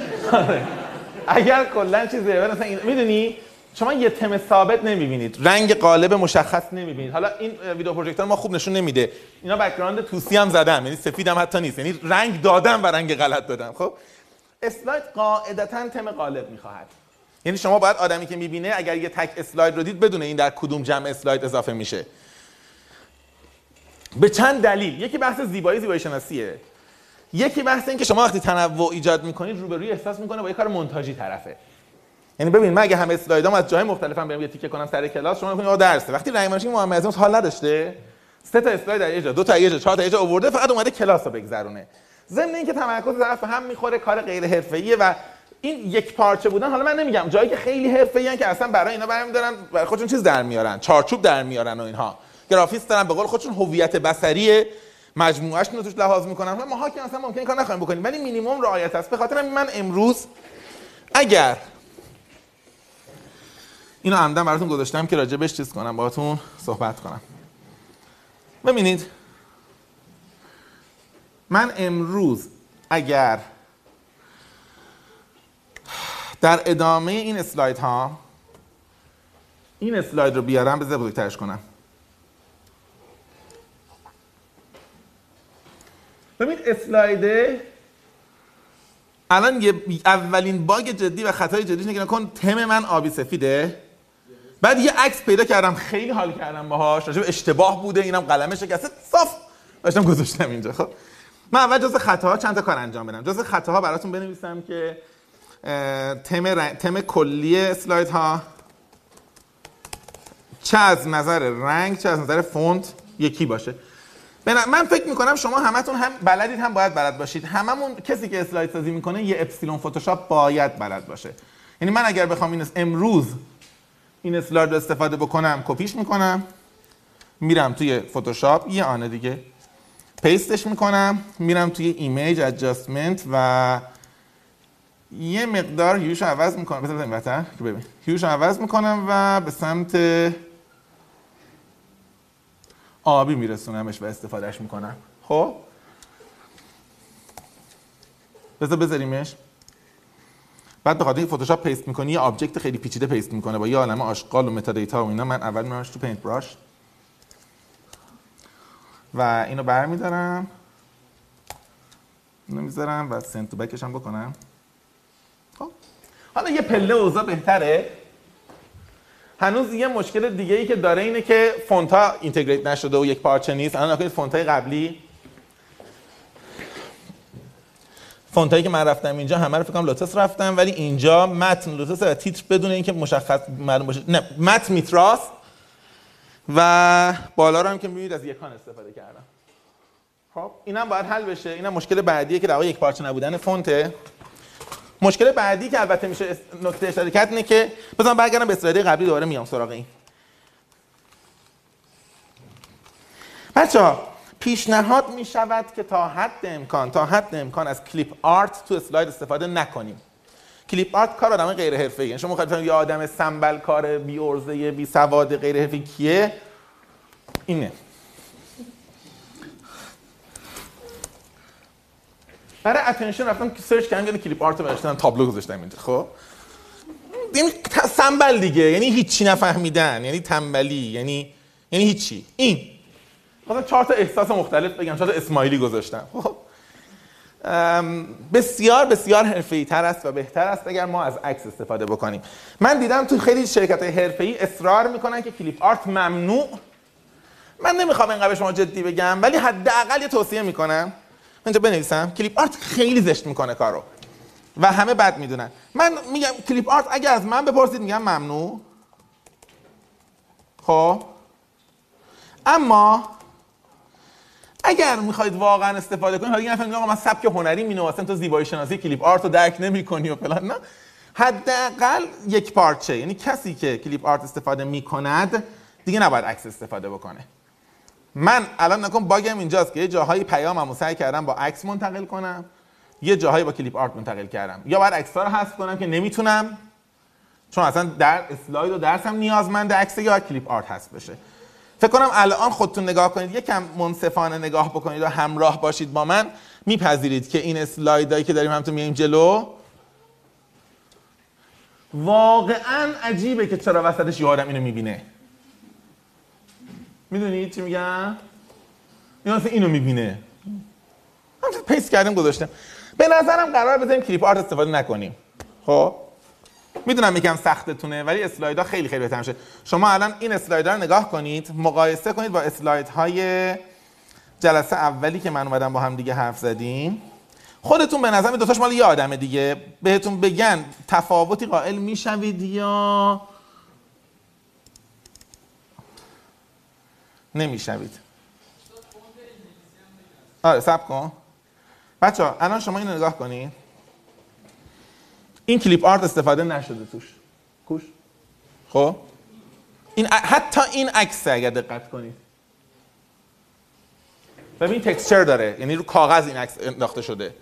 اگر کلا چیزه مثلا میدونی شما یه تم ثابت نمیبینید، رنگ قالب مشخص نمیبینید. حالا این ویدیو پروژکتور ما خوب نشون نمیده، اینا بک‌گراند توسی هم زدم، یعنی سفیدم حتی نیست، یعنی رنگ دادم و رنگ غلط دادم. خب اسلاید قاعدتاً تم قالب میخواهد، یعنی شما باید آدمی که میبینه اگر یه تک اسلاید رو دید بدونه این در کدوم جمع اسلاید اضافه میشه. به چند دلیل، یکی بحث زیبایی شناسیه، یکی بحث این که شما وقتی تنوع ایجاد میکنید روبروی احساس میکنه با یه کار مونتاژی طرفه. یعنی ببین من اگه همه اسلایدام از جای مختلفم برم یه تیکه کنم سر کلاس، شما میگید درسه. وقتی رنگ ماشین محمد اعظم حال نداشته، 3 تا اسلاید در یه جا، 2 تا یه جا، 4 تا یه جا آورده، فقط اومده کلاس رو بگذرونه. ضمن اینکه تمرکز طرف هم میخوره، کار غیر حرفه‌ایه و این یک پارچه بودن. حالا من نمیگم جایی که خیلی حرفه‌ایان که اصلا برای اینا برمی‌دارن برای خودشون چیز در میارن، چارچوب در میارن و اینها، گرافیست دارن به قول خودشون هویت بصری مجموعه‌اشون رو توش لحاظ میکنن. ما که اصلا ممکنه کار نخوایم بکنیم، ولی مینیمم رعایت است. به خاطر همین من امروز اگر اینو عمدن براتون گذاشتم که راجع بهش چیز کنم، باهاتون صحبت کنم. ببینید من امروز اگر در ادامه این اسلاید ها این اسلاید رو بیارم، بذار بزرگترش کنم. ببین اسلایده الان اولین باگ جدی و خطای جدیش اینه که نکن تم من آبی سفیده، بعد یه عکس پیدا کردم خیلی حال کردم باهاش، راجع به اشتباه بوده، اینم قلمه شکسته صاف داشتم گذاشتم اینجا. خب من اول جزء خطاها چند تا کار انجام بدم. جزء خطاها براتون بنویسم که تم کلی اسلاید ها چه از نظر رنگ چه از نظر فونت یکی باشه. من فکر میکنم شما همتون هم بلدید هم باید بلد باشید. هممون کسی که اسلاید سازی میکنه یه اپسیلون فتوشاپ باید بلد باشه. یعنی من اگر بخوام این امروز این اسلاید رو استفاده بکنم کپیش میکنم، میرم توی فتوشاپ یه آنه دیگه پیستش میکنم، میرم توی ایمیج ادجاستمنت و یه مقدار هیوش رو عوض میکنم. بذار بزنیم بهتر که ببین. هیوش رو عوض میکنم و به سمت آبی میرسونمش و استفادهش میکنم. خب بذاریمش. بعد به خاطر اینکه فتوشاپ پیست میکنی یه آبجکت خیلی پیچیده پیست میکنه با یه عالمه آشغال و متا دیتا و اینا. من اول میارمش تو پینت براش و اینو برمیدارم، اینو میذارم و سنت تو بکش هم بکنم. خب حالا یه پله اوضاع بهتره. هنوز یه مشکل دیگه ای که داره اینه که فونت ها اینتگریت نشده و یک پارچه نیست. الان نکنید فونت های قبلی، فونت هایی که من رفتم اینجا همه رو فکر کنم لوتس رفتم، ولی اینجا متن لوتس و تیتر بدون اینکه مشخص معلوم باشه. نه متن میتراست و بالا رو هم که میبینید از یکان استفاده کردم. خب اینم باید حل بشه. اینم مشکل بعدیه که در واقع یک پارچه نبودن فونته. مشکل بعدی که البته میشه نکته اشاره کرد اینه که بذارم برگردم به اسلاید قبلی دوباره میام سراغ این. بچه‌ها پیشنهاد میشود که تا حد امکان از کلیپ آرت تو اسلاید استفاده نکنیم. کلیپ آرت کار آدم غیر حرفه‌ای. یعنی شما می‌خواید یه آدم سنبل کار بی ارزه بی سواد غیر حرفه‌ای کیه؟ اینه. برای اتنشن رفتم سرچ کردم یه کلیپ آرت رو نوشتم تابلو گذاشتم اینجا. خب این سنبل دیگه، یعنی هیچی نفهمیدن، یعنی تنبلی، یعنی هیچی. این مثلا 4 تا احساس مختلف بگم، 4 تا اسمایلی گذاشتم. خب بسیار بسیار حرفه‌ای تر است و بهتر است اگر ما از عکس استفاده بکنیم. من دیدم تو خیلی شرکت‌های حرفه‌ای اصرار میکنن که کلیپ آرت ممنوع. من نمیخوام اینقدر به شما جدی بگم، ولی حداقل یه توصیه میکنم اینجا بنویسم کلیپ آرت خیلی زشت میکنه کارو و همه بد میدونن. من میگم کلیپ آرت اگر از من بپرسید میگم ممنوع. خب اما اگر میخواید واقعا استفاده کنید، حالا یه نفر میگه آقا من سبک هنری مینواسم تو زیبایی شناسی کلیپ آرت رو درک نمی‌کنی و فلان، نه، حداقل یک پارچه، یعنی کسی که کلیپ آرت استفاده میکند دیگه نباید عکس استفاده بکنه. من الان نکن باگم اینجاست که یه جاهایی پیاممو سعی کردم با عکس منتقل کنم، یه جاهایی با کلیپ آرت منتقل کردم. یا باید عکس‌ها رو حذف کنم که نمیتونم، چون اصلا در اسلاید و درسم نیازمند عکس، یا کلیپ آرت حذف بشه. فکر کنم الان خودتون نگاه کنید، یکم منصفانه نگاه بکنید و همراه باشید با من، میپذیرید که این اسلایدایی که داریم همتون میایم جلو واقعا عجیبه که چرا وسطش یه آدم اینو میبینه. میدونید چی میگم؟ این اصلا اینو میبینه. همچنین پیست کردیم گذاشتم. به نظرم قرار بذاریم کلیپ آرت استفاده نکنیم. خب میدونم یکم سختتونه، ولی اسلایدها خیلی خیلی بهتر میشه. شما الان این اسلایدها رو نگاه کنید، مقایسه کنید با اسلایدهای جلسه اولی که من اومدم با هم دیگه حرف زدیم. خودتون به نظر دوتاش مال یه آدمه دیگه، بهتون بگن تفاوتی قائل میشوید یا نمیشوید. آره صبر کن بچه‌ها، الان شما اینو نگاه کنید. این کلیپ آرت استفاده نشده توش. خب این حتی این عکس اگر دقت کنید ببین تکسچر داره، یعنی رو کاغذ این عکس انداخته شده.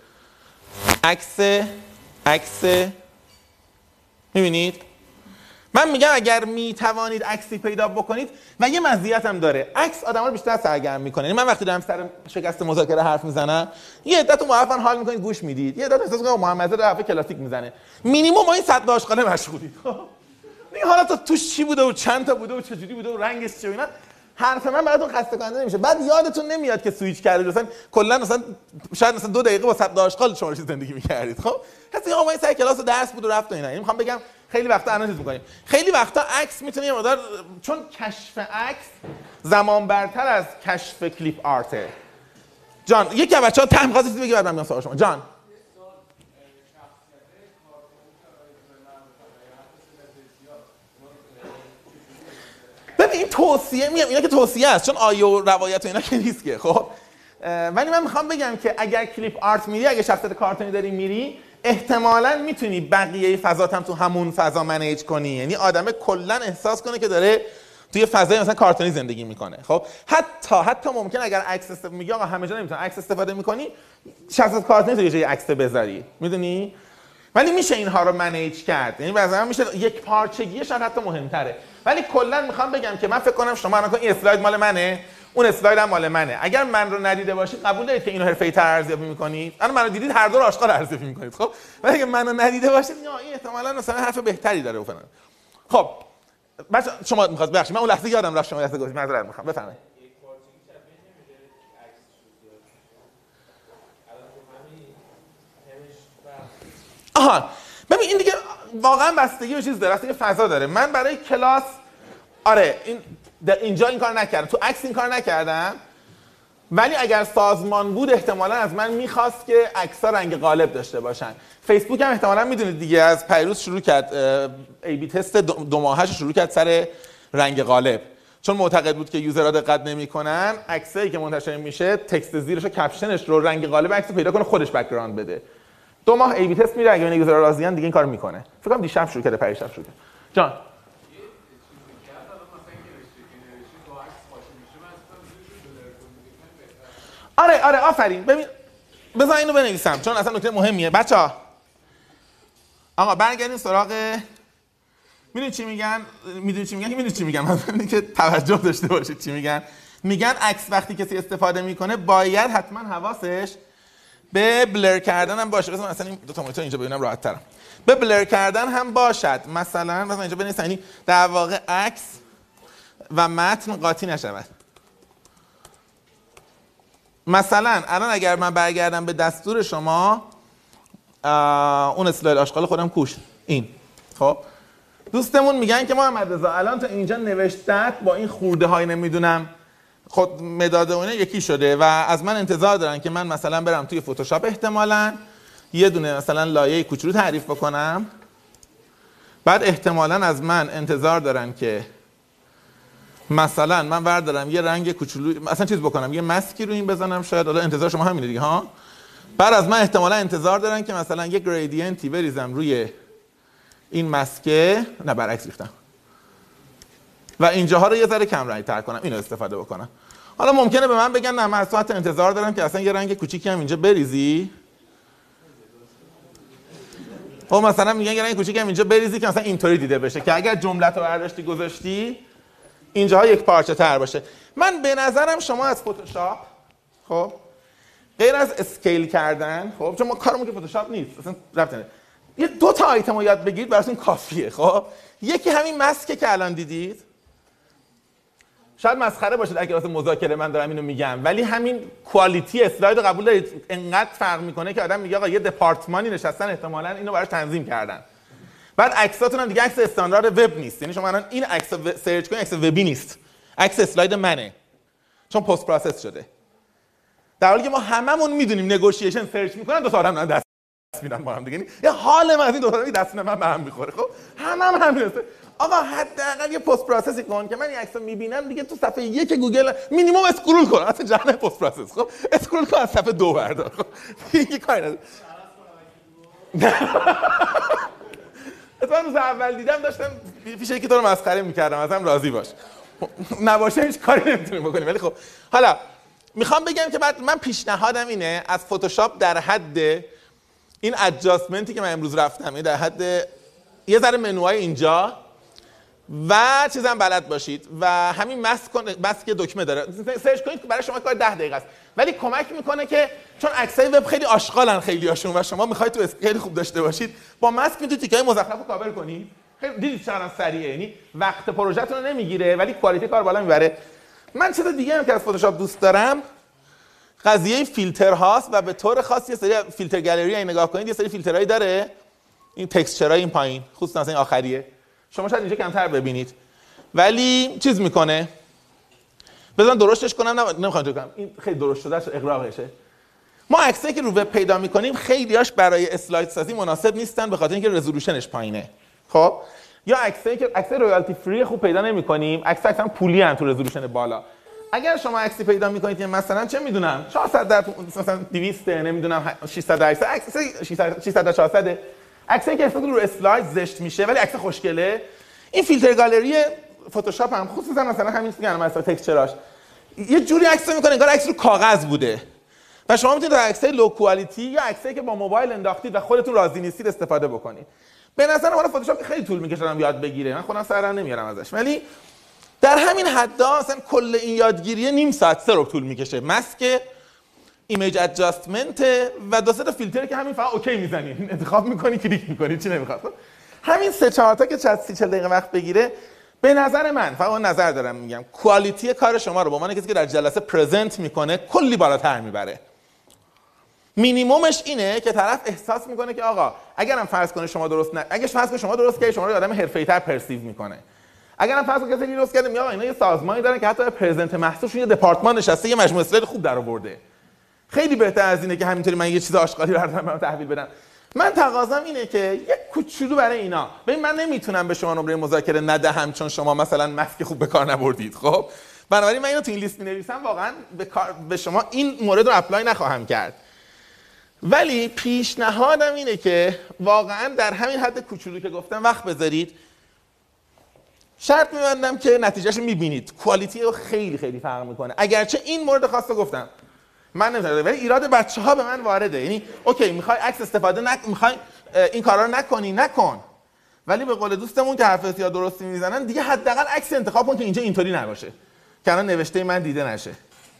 عکس میبینید؟ من میگم اگر میتوانید عکسی پیدا بکنید، و یه مزیت هم داره، عکس آدما رو بیشتر سرگرم میکنه. یعنی من وقتی دارم سر شکست مذاکره حرف میزنم، یه عده‌تون موافقن حال میکنید گوش میدید، یه عده‌تون احساس میکنید محمد رضا حرف کلاسیک میزنه. مینیمم ما این 100 آشغاله مشغولید. این حالا تا توش چی بوده و چند تا بوده و چجوری بوده و رنگش چیه و اینا، حرف من براتون خسته کننده نمیشه. بعد یادتون نمیاد که سوئیچ کردید، مثلا کلا مثلا شاید مثلا 2 دقیقه با 100 آشغال شما زندگی می‌کردید. خب حتی آقا این سر کلاس و درس بود و رفت و اینا. یعنی میخوام بگم خیلی وقتا انالیز می‌کنیم، خیلی وقتا عکس میتونه یه مقدار، چون کشف عکس زمان برتر از کشف کلیپ آرته. جان یکی از بچه‌ها ته می‌خواست چیزی بگه، بعد من میام سوال شما. جان ببین این توصیه میگم، اینا که توصیه است، چون آیه و روایت و اینا که نیست که. خب ولی من میخوام بگم که اگر کلیپ آرت میری، اگه شخصیت کارتونی داری میری، احتمالاً میتونی بقیه فضات هم تو همون فضا منیج کنی. یعنی آدم کلاً احساس کنه که داره توی فضای مثلا کارتونی زندگی میکنه. خب حتی ممکن اگر عکس میگه آقا همه جا نمیتونن عکس استفاده میکنی، شخصیت کارتونی تو یه عکس بذاری، میدونی؟ ولی میشه اینها رو منیج کرد. یعنی مثلا میشه یک پارچگی شاید حتی مهمتره. ولی کلا میخوام بگم که من فکر کنم شما الان این اسلاید مال منه، اون اسلاید هم مال منه. اگر من رو ندیده باشید قبول دارید که اینو حرفه‌ای‌تر ارزیابی می‌کنید؟ الان منو دیدید هر دو رو آشکار ارزیابی می‌کنید. خب ولی اگه منو ندیده باشید این احتمالاً مثلا حرف بهتری داره فلان. خب بچا شما می‌خواید بخشید من اون لحظه یادم رفت شما لحظه گفتید معذرت می‌خوام. بفرمایید. آها ببین این دیگه واقعا بستگی به چیز داره، اصلا یه فضا داره. من برای کلاس آره اینجا این کار نکردم، تو عکس این کار نکردم، ولی اگر سازمان بود احتمالاً از من میخواست که عکس‌ها رنگ غالب داشته باشن. فیسبوک هم احتمالاً میدونید دیگه از پیروز شروع کرد ای بی تست دو ماهه‌اش شروع کرد سر رنگ غالب، چون معتقد بود که یوزرها دقت نمی‌کنن عکسایی که منتشر میشه تکست زیرش و کپشنش رو رنگ غالب عکس پیدا کنه خودش بک‌گراند بده. 2 ماه ای بی تست میره، اگه یوزرها راضیان دیگه این کارو میکنه. فکر کنم دیشب شروع کرده، پریشب شروع کرد. جان آره آفرین. ببین بذار اینو بنویسم چون اصلا نکته مهمیه. بچه‌ها آقا برگردین سراغ میدونید چی میگن مثلا که توجه داشته باشید چی میگن. میگن عکس وقتی کسی استفاده میکنه باید حتما حواسش به بلر کردن هم باشه. مثلا این دو تا مانیتور اینجا ببینم راحت ترم. به بلر کردن هم باشد. مثلا اینجا بنویسید یعنی در واقع عکس و متن قاطی نشود. مثلا الان اگر من برگردم به دستور شما اون اسلاید آشغال خودم کوش این خب دوستمون میگن که محمد رضا الان تا اینجا نوشتت با این خورده های نمیدونم خود مداد و اینا یکی شده و از من انتظار دارن که من مثلا برم توی فتوشاپ احتمالاً یه دونه مثلا لایه کوچولو تعریف بکنم، بعد احتمالاً از من انتظار دارن که مثلا من بردارم یه رنگ کوچولو مثلا چیز بکنم یه ماسکی رو این بزنم، شاید حالا انتظار شما همینه دیگه ها. بعد از من احتمالاً انتظار دارن که مثلا یه گریدینتی بریزم روی این ماسکه، نه برعکس ریختم، و اینجاها رو یه ذره کم رنگ تر کنم، اینو استفاده بکنم. حالا ممکنه به من بگن نه من از ساعت انتظار دارم که اصلا یه رنگ کوچیکی هم اینجا بریزی. خب مثلا میگن یه رنگ کوچیکی هم اینجا بریزی که مثلا اینطوری دیده بشه که اگر جملت رو برداشتی گذاشتی اینجاها یک پارچه تر باشه. من به نظرم شما از فتوشاپ خب غیر از اسکیل کردن، خب چون ما کارمون که فتوشاپ نیست اصلا ربطی نداره، یه 2 تا آیتم رو یاد بگیرید براتون کافیه. خب یکی همین ماسکه که الان دیدید، شاید مسخره باشید اگه واسه مذاکره من دارم اینو میگم، ولی همین کوالیتی اسلاید رو قبول دارید انقدر فرق میکنه که آدم میگه آقا یه دپارتمانی نشستن احتمالاً اینو براش تنظیم کردن. بعد عکساتون هم دیگه عکس استاندارد وب نیست، یعنی شما الان این عکس سرچ کنید عکس وبی نیست، عکس اسلاید منه چون پست پروسس شده. در حالی که ما هممون میدونیم نگوشیشن سرچ میکنن 2 تا آدم دست میدن با هم دیگه، یه حال من از این 2 تا دست من به هم میخوره. خب هم همینه. آقا حداقل یه پست پروسسی کن که من این عکسو میبینم دیگه تو صفحه 1 گوگل مینیمم اسکرول کن، اصلا جهنم پست پروسس. خب اسکرول کن از صفحه 2 بردار. خب دیگه کاری نداره. روز اول دیدم داشتم فیشه که تو رو مسخره میکردم، ازم راضی باش. نباشه هیچ کاری نمیتونیم بکنیم. ولی خب حالا میخوام بگم که بعد من پیشنهادم اینه از فتوشاپ در حد این ادجاستمنتی که من امروز رفتم در حد یه ذره منوهای اینجا و چیزام بلد باشید و همین ماسک دکمه داره سرچ کنید که برای شما کار 10 دقیقه است، ولی کمک میکنه که چون عکسای وب خیلی آشغالن خیلیاشون و شما میخواید تو اسکیل خوب داشته باشید با ماسک میتونید تیکای مزخرف رو کاور کنید. خیلی دیدید چقدر سریعه، یعنی وقت پروژهتون رو نمیگیره ولی کوالیتی کار بالا میبره. من چیز دیگه هم که از فتوشاپ دوست دارم قضیه فیلتر هاست و به طور خاص یه سری فیلتر گالری اگه نگاه کنید یه سری فیلترایی داره، این تکسچرای این پایین خصوصا این آخریه شما شاید اینجا کمتر ببینید ولی چیز میکنه. بذارم درستش کنم، نمیخوام تو کنم این خیلی درست شده است اغراقشه. ما عکسایی که رو وب پیدا میکنیم خیلیاش برای اسلاید سازی مناسب نیستن به خاطر اینکه رزولوشنش پایینه. خب یا عکسایی که عکس رویالتی فری خوب پیدا نمیکنیم، عکس هم پولی ان تو رزولوشن بالا. اگر شما عکسی پیدا میکنید که مثلا چه میدونم 400 در مثلا 200 نمیدونم 600 عکس 600 تا 400 عکسی که رو اسلاید زشت میشه ولی عکس خوشگله، این فیلتر گالری فتوشاپ هم خصوصا مثلا همین مثلا تکسچراش یه جوری عکس میکنه انگار عکس رو کاغذ بوده و شما میتونید از عکسای لو کوالیتی یا عکسایی که با موبایل انداختید و خودتون راضی نیستید استفاده بکنید. به نظر من فتوشاپ خیلی طول میکشه آدم یاد بگیره، من خودم سر نمیارم ازش، ولی در همین حدا مثلا کل این یادگیری نیم ساعت 3 طول میکشه. مسک، ایمیج ادجاستمنت و دو سه تا فیلتر که همین فقط اوکی میزنی، انتخاب میکنی، کلیک میکنی، چی نمیخواد. همین 3-4 تا که 30-40 دقیقه وقت بگیره، به نظر من فقط نظر دارم میگم کوالیتی کار شما رو به عنوان کسی که در جلسه پرزنت میکنه کلی بالاتر میبره. مینیممش اینه که طرف احساس میکنه که آقا اگرم فرض کنه شما درست اگه فرض کنه شما درست کردی، شما رو آدم حرفه‌ای‌تر پرسیو میکنه. اگرم فرض کنه کسی درست کرده میگه آقا اینا یه سازمانی دارن که حتی پرزنت محصولشون یه دپارتمان نشسته، یه مجموعه اسلاید خوب درآورده. خیلی بهتر از اینه که همینطوری من یه چیز آشغالی بردارم تحویل بدم. من تقاضام اینه که یک کوچولو برای اینا. ببین من نمیتونم به شما نمره مذاکره ندهم چون شما مثلا مسک خوب به کار نبردید. خب بنابراین من اینو تو این لیست می‌نویسم، واقعا به شما این مورد رو اپلای نخواهم کرد. ولی پیشنهادم اینه که واقعا در همین حد کوچولو که گفتم وقت بذارید. شرط می‌بندم که نتیجهشو می‌بینید. کوالیتی رو خیلی خیلی فرق می‌کنه. اگرچه این مورد خاص رو گفتم من نمی‌دونم، ولی ایراد بچه‌ها به من وارده. یعنی اوکی می‌خوای عکس استفاده می‌خوای این کارا رو نکن. ولی به قول دوستمون که حرف بسیار درستی می‌زنن دیگه حداقل عکس انتخاب کن که اینجا اینطوری نباشه. که الان نوشته من دیده نشه.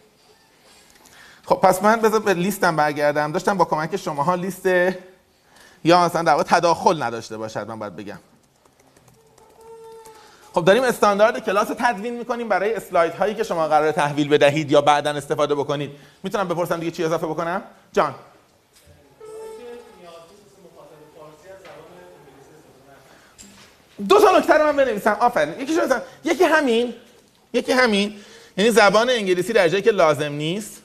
خب پس من بذار به لیستم برگردم. داشتم با کمک شماها لیست یا مثلا در واقع تداخل نداشته باشد من باید بگم. خب داریم استاندارد کلاس رو تدوین می‌کنیم برای اسلاید هایی که شما قراره تحویل بدهید یا بعداً استفاده بکنید. میتونم بپرسم دیگه چی اضافه بکنم؟ جان. دو تا نکته رو من بنویسم. آفرین. یکی همین یعنی زبان انگلیسی در جایی که لازم نیست،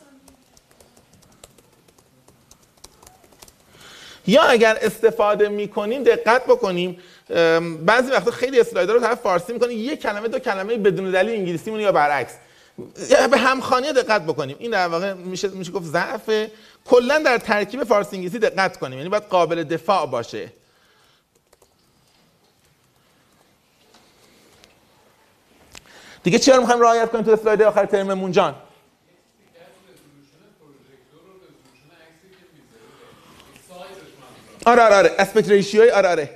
یا اگر استفاده می‌کنیم دقت بکنیم بعضی وقتا خیلی اسلایدها رو طرف فارسی می‌کنه یک کلمه دو کلمه بدون دلیل انگلیسی مونه یا برعکس. به همخوانی دقت بکنیم. این در واقع میشه گفت ضعف. کلا در ترکیب فارسی انگلیسی دقت کنیم، یعنی باید قابل دفاع باشه. دیگه چی رو می‌خوایم رعایت کنیم تو اسلاید آخر ترممون جان؟ آره اسپکت ریشیوی آره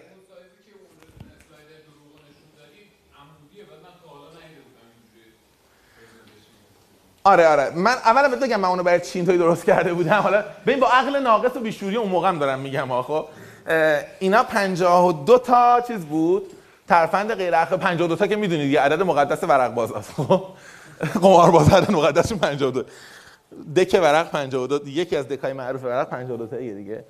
من اولا بهت بگم من اونو برای چین توی درست کرده بودم. حالا ببین با عقل ناقص و بیشوری اون موقع هم دارم میگم خب اینا 52 تا چیز بود، ترفند غیر اخلاقی 52 تا که میدونید یه عدد مقدس ورق بازاست. خب قمارباز عدد مقدسشون 52 دک ورق 52 یکی از دکای معروف ورق 52 تاییه دیگه.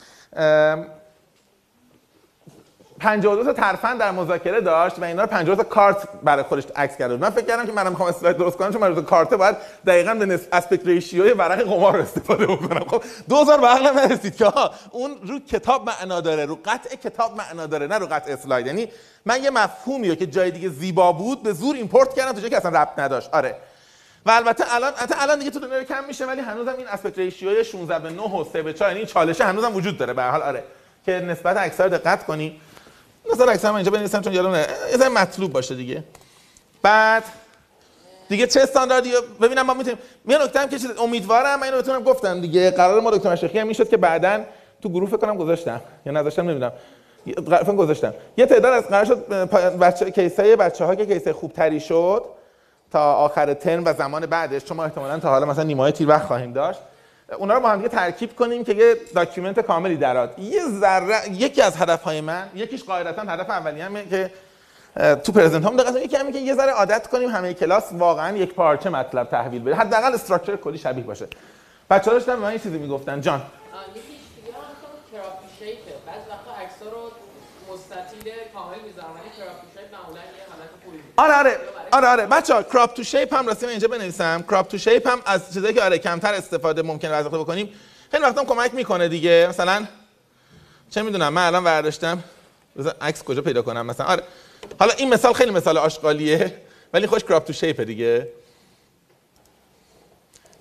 52 تا ترفند در مذاکره داشت و اینا رو 52 تا کارت برای خودش عکس کرده بود. من فکر کردم که منم میخوام اسلاید درست کنم چون 52 تا کارت باید دقیقاً به اسپکت ریشیوی ورق قمار رو استفاده بکنم. خب 2000 به عقلم نرسید که اون رو کتاب معنا داره، رو قطع کتاب معنا داره، نه رو قطع اسلاید. یعنی من یه مفهومی رو که جای دیگه زیبا بود به زور ایمپورت کردم تو جایی که اصلا ربط نداشت. آره و البته الان دیگه تو دنیا کم میشه، ولی هنوزم این اسپکت ریشیوی 16:9 و 3:4 یعنی چالشه هنوزم وجود داره به هر حال. آره که نسبت عکس‌ها دقت کنی. مثلا عکس من اینجا بنویسم چون یادم یه ذره مطلوب باشه دیگه. بعد دیگه چه استانداردی ببینم ما میتونیم. یه نکته هم که امیدوارم من اینو بتونم گفتم دیگه، قرار ما دکتر مشرقی هم میشد که بعداً تو گروه فکر کنم گذاشتم یا نذاشتم نمیدونم، فکر گذاشتم یه تعداد از قرار شد کیسای بچه‌ها که کیسای خوبتری شد تا آخر ترم و زمان بعدش، چون ما احتمالاً تا حالا مثلا نیمه‌های تیر وقت خواهیم داشت، اونا رو با هم دیگه ترکیب کنیم که یه داکیومنت کاملی درآد. یکی از هدف‌های من، یکیش قاعدتاً هدف اولیه‌مه که تو پرزنت هم دقت یکی همین که یه ذره عادت کنیم همه کلاس واقعاً یک پارچه مطلب تحویل بده، حداقل استراکچر کلی شبیه باشه. بچه‌ها داشتن به من این چیزی میگفتن جان. یکیش دیگه هم کراپی شیپه. بعضی وقتا عکس‌ها رو مستطیل کامل می‌ذارن، ولی کراپی شیپ معمولاً یه حالت خوبی. آره بچه‌ها کراپ تو شیپ هم راستی من اینجا بنویسم. کراپ تو شیپ هم از چیزایی که کمتر استفاده ممکنه از وقت بکنیم خیلی وقتا کمک میکنه دیگه. مثلا چه میدونم من الان برداشتم عکس کجا پیدا کنم مثلا. حالا این مثال خیلی مثال آشغالیه ولی خوش کراپ تو شیپ دیگه.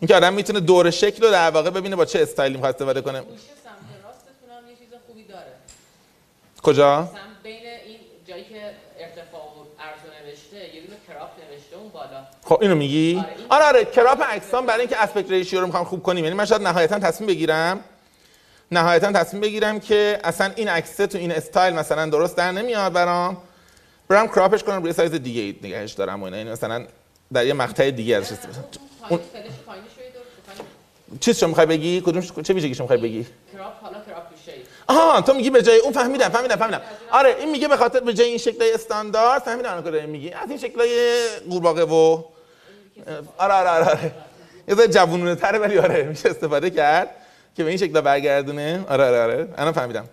اینکه آدم میتونه دور شکل رو در واقع ببینه با چه استایلی میخواد استفاده کنه. گوشه سمت راستتون هم یه چیز خوبی داره. کجا؟ سمت بین این جایی که ارتفاع و عرض نوشته یه دونه کراپ نوشته اون بالا. خب اینو میگی؟ آره کراپ اجسام برای اینکه اسپکت ریشیو رو میخوام خوب کنیم. یعنی من شاید نهایتا تصمیم بگیرم که اصلا این عکس تو این استایل مثلا درست در نمیاد برام. برام کراپش کنم روی سایز دیگه نگهش دارم و اینا. یعنی مثلا در یه مقطع دیگه ازش استفاده کنم. چیزشو میخوای بگی؟ چه ویژگیشو میخوای بگی؟ کراپ حالا کراپ تو شیپ. آها تو میگی به جای اون فهمیدم. آره این میگه به خاطر به جای این شکلای استاندارد فهمیدم که میگی از این شکلای قورباغه و آره یه ذره جوونونه تره ولی آره میشه استفاده کرد که به این شکل برگردونه. آره الان فهمیدم.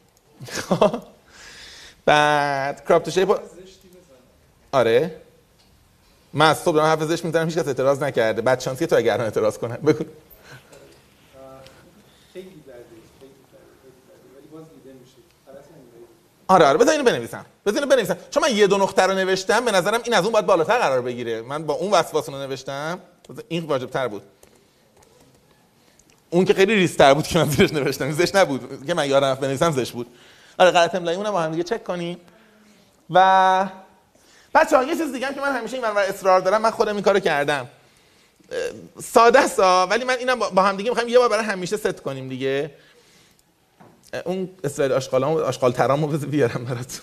بعد کراپ تو شیپ آره من از صبح دارم حرف زشت میزنم هیچ کس اعتراض نکرده. بعد شانسی تو اگر اعتراض کنه بگو. خیلی بده ولی باز دیده میشه. آره بذار اینو بنویسم چون من یه دو نقطه رو نوشتم به نظرم این از اون باید بالاتر قرار بگیره. من با اون وسواس رو نوشتم این واجب‌تر بود. اون که خیلی ریس‌تر بود که من زیرش نوشتم زشت نبود که من یادم بنویسم زشت بود. آره غلط املایی اونم با هم دیگه چک کنیم. و بچه‌ها یه چیز دیگه هم که من همیشه اینور اصرار دارم من خودم این کارو کردم. ساده است ولی من اینم با هم دیگه می‌خوایم یه بار برای همیشه ست کنیم دیگه. اون اسلاید آشغال ترامو بذار بیارم براتون.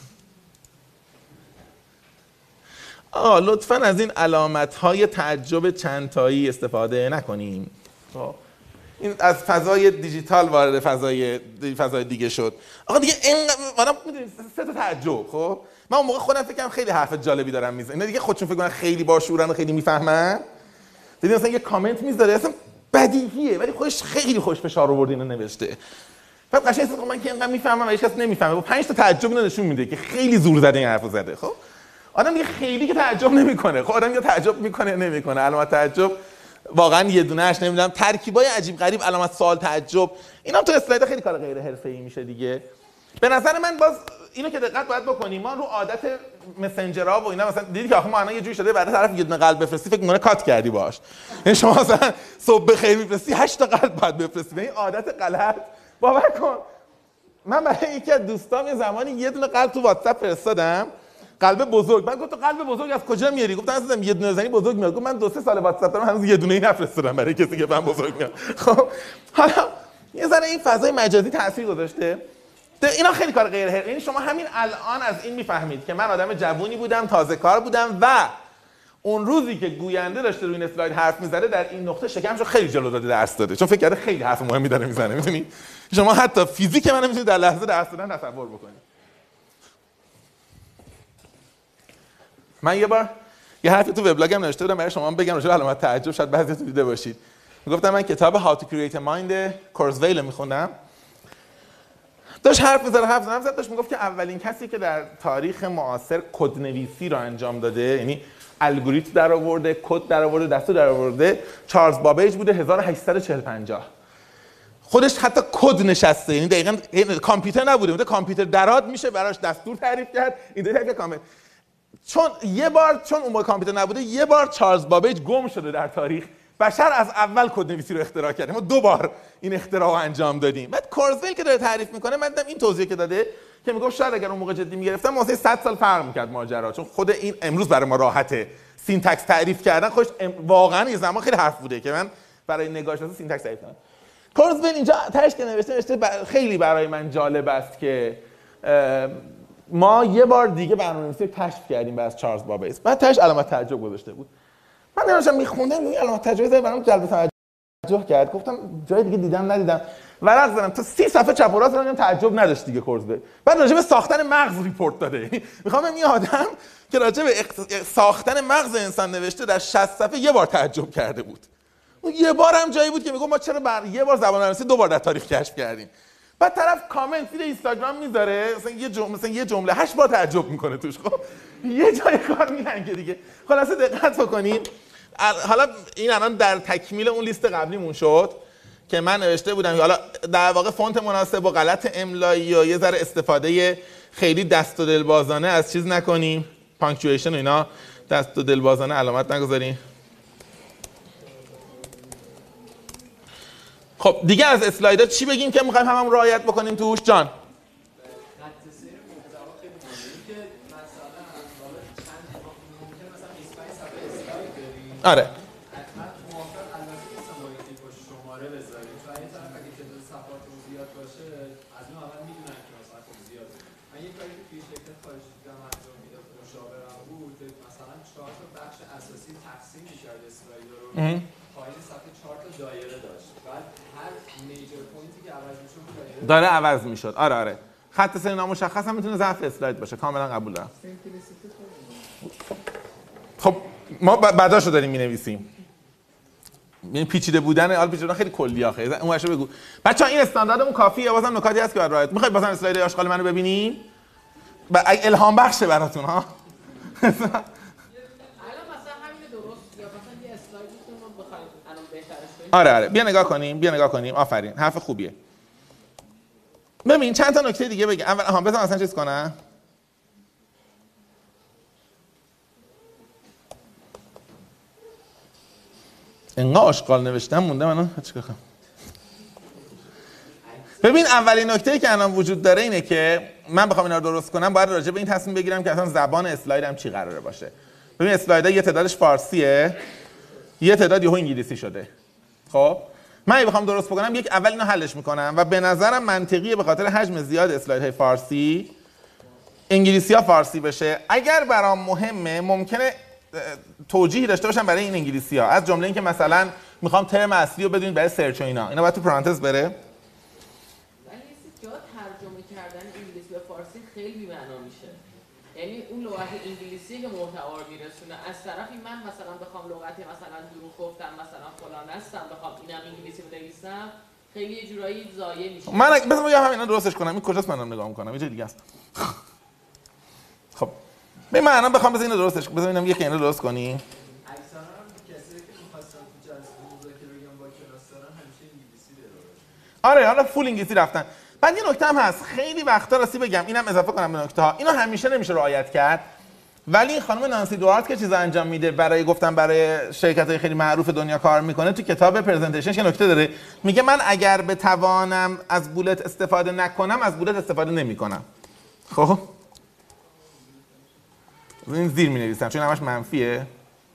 لطفاً از این علامت‌های تعجب چند تایی استفاده نکنیم. این از فضای دیجیتال وارد فضای دیگه شد. آقا دیگه اینقدر می‌دونید سه تا تعجب. خب من اون موقع خودم فکر کردم خیلی حرف جالبی دارم میزنم. اینا دیگه خودشون فکر کنن خیلی باشعورن و خیلی میفهمن. دیدین مثلا یه کامنت میذاره اصلا بدیهیه ولی خودش خیلی خوش فشار آورد اینو نوشته. بعد قشنگ اسم من که اینقدر میفهمم و هیچ کس نمیفهمه. با 5 تا تعجب اینو نشون میده که خیلی زور زده این حرفو زده. خب آدم دیگه خیلی که تعجب نمیکنه. خب آدم یا تعجب میکنه یا نمیکنه. علامت تعجب واقعا یه دونهش نمیدونم ترکیبای عجیب غریب علامت سوال تعجب اینا تو اسلاید خیلی کار غیر حرفه‌ای میشه دیگه. به نظر من باز اینو که دقت باید بکنیم ما رو عادت مسنجرها و اینا مثلا دیدی که آخه ما الان یه جوری شده بعد طرف یه دونه قلب بفرستی فکر می‌کنه کات کردی باهاش. یعنی شما مثلا صبح بخیر میفرستی 8 تا قلب بعد بفرستی. این عادت غلط باور کن. من برای یکی از دوستام یه زمانی یه دونه قلب تو واتساپ فرستادم قلب بزرگ. من گفتم قلب بزرگ از کجا میاری؟ گفتم اصلا یه دونه زنی بزرگ میاد. گفت من 2-3 سال واتساپ دارم هنوز یه دونه ای نفرستادم برای کسی که من بزرگ میاد. خب حالا یه ذره این فضای مجازی تاثیر گذاشته. اینا خیلی کار غیر حرفه‌ای. یعنی شما همین الان از این میفهمید که من آدم جوونی بودم تازه کار بودم و اون روزی که گوینده داشته روی این اسلاید حرف می‌زده در این نقطه شکمشو خیلی جلو داده درس داده چون فکر کرده خیلی حرف مهمی داره میزنه. می‌دونی شما حتی فیزیک من نمی‌تونید در لحظه درس دادن تصور بکنید. من یه بار یه حرفی تو وبلاگم نوشته بودم برای شما بگم راجع به علامت تعجب شاید بعضی‌تون دیده باشید. میگفتم من کتاب How to Create a Mind کورزویل می‌خوندم. داشت حرف زد داشت میگفت که اولین کسی که در تاریخ معاصر کدنویسی رو انجام داده یعنی الگوریتم در آورده کد در آورده دستور در آورده چارلز بابیج بوده 1840-50. خودش حتی کد نشسته یعنی دقیقاً کامپیوتر نبوده کامپیوتر درات میشه براش دستور تعریف کرد این دیگه کامل چون اون موقع کامپیوتر نبوده یه بار چارلز بابیج گم شده در تاریخ بشر از اول کدنویسی رو اختراع کرده. ما 2 بار این اختراع رو انجام دادیم. بعد کورزویل که داره تعریف میکنه من دیدم این توضیح که داده که میگفت شاید اگر اون موقع جدی میگرفتم واسه 100 سال فرق میکرد ماجرا چون خود این امروز برای ما راحته. سینتکس تعریف کردن خودش واقعا یه زمان خیلی حرف بوده که من برای نگاهش واسه سینتکس تعریف کنم. کورزویل اینجا تاش که نوشته خیلی برای من جالب است که ما یه بار دیگه برنامه‌نویسی کشف کردیم بعد از چارلز بابیج. بعد تاش علامت تعجب گذاشته بود. من داشتم میخوندم این علامت تجربه برام جلب توجه کرد. گفتم جای دیگه ندیدم ورق زدم تا 30 صفحه چپ و راست رو تعجب نداشت دیگه کورزویل. بعد راجع به ساختن مغز ریپورت داده. میخوام این آدم که راجع به ساختن مغز انسان نوشته در 60 صفحه یه بار تعجب کرده بود. اون یه بار هم جایی بود که میگم ما چرا یه بار زبان نویسی 2 بار در تاریخ کشف کردیم. بعد طرف کامنت زیر اینستاگرام میذاره مثلا یه جمله 8 بار تعجب میکنه توش. خب یه جای کار میلنگه دیگه. خلاصه دقت بکنید. حالا این الان در تکمیل اون لیست قبلیمون شد که من نوشته بودم حالا در واقع فونت مناسب و غلط املایی و یه ذره استفاده خیلی دست و دلبازانه از چیز نکنیم پانکچویشن و اینا دست و دلبازانه علامت نگذاریم. خب دیگه از اسلایدها چی بگیم که می‌خوایم هممون رعایت بکنیم توش جان؟ آره پایین صفحه 4 تا دایره داشت. بعد هر میجر پوینتی که عوض میشد داره عوض میشد. آره خط سیر نامشخص هم میتونه ضعف اسلاید باشه. کاملا قبول دارم. خب ما بعداشو داریم مینویسیم. این پیچیده بودن پیچیده خیلی کلی آخه. اون ورشو بگو. بچه‌ها این استانداردمون کافیه. بازم نکاتی هست که باید رعایت. میخواید بازم اسلاید آشغال منو ببینین؟ الهام بخشه براتون ها. آره بیا نگاه کنیم آفرین حرف خوبیه. ببین چند تا نکته دیگه بگم. اول بذار مثلا چیز کنم. انقدر آشغال نوشتم مونده من چیکار کنم. ببین اولین نکته‌ای که الان وجود داره اینه که من بخوام اینا رو درست کنم باید راجع به این تصمیم بگیرم که اصلا زبان اسلایدم چی قراره باشه. ببین اسلایدها یه تعدادش فارسیه، یه تعداد یهو انگلیسی شده. خب من اگه بخوام درست بکنم یک اول اینو حلش میکنم و به نظرم منطقیه به خاطر حجم زیاد اسلایدهای فارسی انگلیسی ها فارسی بشه. اگر برام مهمه ممکنه توجیهی داشته باشم برای این انگلیسی ها، از جمله اینکه مثلا میخوام ترم اصلی رو بدونید برای سرچ و اینا باید تو پرانتز بره. ولی جا ترجمه کردن انگلیسی به فارسی خیلی بی‌معنا میشه. یعنی اون لغت انگلیسی که محتوا رو میرسونه، از طرفی من مثلا بخوام لغتی مثلا دروغ گفتم مثلا فلان هستم بخوام اینم انگلیسی بنویسم خیلی یه جورایی ضایع میشه. من بذار بگم همینا درستش کنم. این کجاست منم نگاه میکنم یه جای دیگه است. خب من الان بخوام بذار اینو درستش کنم. بذار ببینم یکی اینو درست کنی. اکثرا کسی که می‌خواستن تو جلسه مذاکره بگم با کلاس دارن همیشه انگلیسی داره. آره حالا فول انگلیسی رفتن. بعد یه نکته هم هست خیلی وقتا راستی بگم اینم اضافه کنم به نکته ها. اینو همیشه نمیشه رعایت کرد. ولی خانم نانسی دوارت که چیز انجام میده برای گفتم برای شرکت‌های خیلی معروف دنیا کار میکنه تو کتاب پرزنتیشنش یه نکته داره میگه من اگر بتوانم از بولت استفاده نکنم از بولت استفاده نمیکنم. خب این زیر مینویسم چون همش منفیه.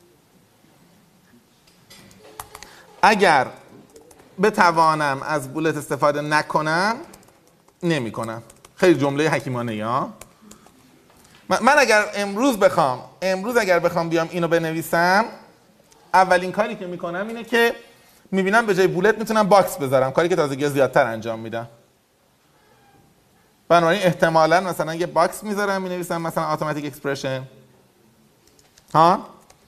اگر بتوانم از بولت استفاده نکنم نمیکنم. خیلی جمله حکیمانه ها. من اگر امروز اگر بخوام بیام اینو بنویسم اولین کاری که میکنم اینه که میبینم به جای بولت میتونم باکس بذارم، کاری که تازگی زیادتر انجام میدم. بنابراین احتمالاً مثلا یه باکس میذارم مینویسم مثلا اتوماتیک اکسپرشن ها.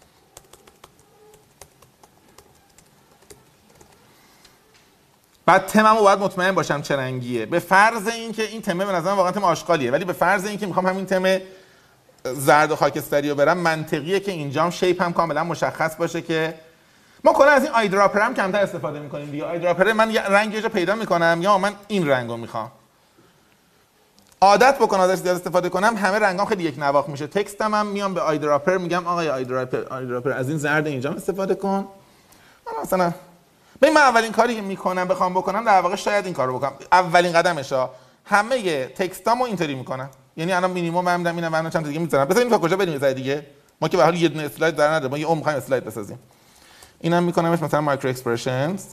بعد تممو باید مطمئن باشم چه رنگیه. به فرض اینکه این تمه به نظرم واقعا تم آشغالیه ولی به فرض اینکه میخوام همین تم زرد و خاکستری رو برم منطقیه که اینجام شیپ هم کاملا مشخص باشه که ما کلا از این آیدراپر هم کمتر استفاده میکنیم دیگه. آیدراپر من یه رنگی رو پیدا میکنم یا من این رنگو میخوام. عادت بکنم ازش زیاد استفاده کنم همه رنگام خیلی یک نواخت میشه. تکستم هم میام به آیدراپر میگم آقای آیدراپر از این زرد اینجا استفاده کن. مثلا من اولین کاری که میکنم بخوام بکنم در واقع شاید این کارو بکنم. اولین قدمشا همه تکستامو اینطوری میکنم. یعنی الان مینیمم من میدم اینم چند تا دیگه میذارم. بذاریم تا کجا بریم یه دیگه. ما که به حال یه دونه اسلاید در نداریم. ما یه میخوایم اسلاید بسازیم. اینم میکنمش مثلا مایکرو اکسپرشنز.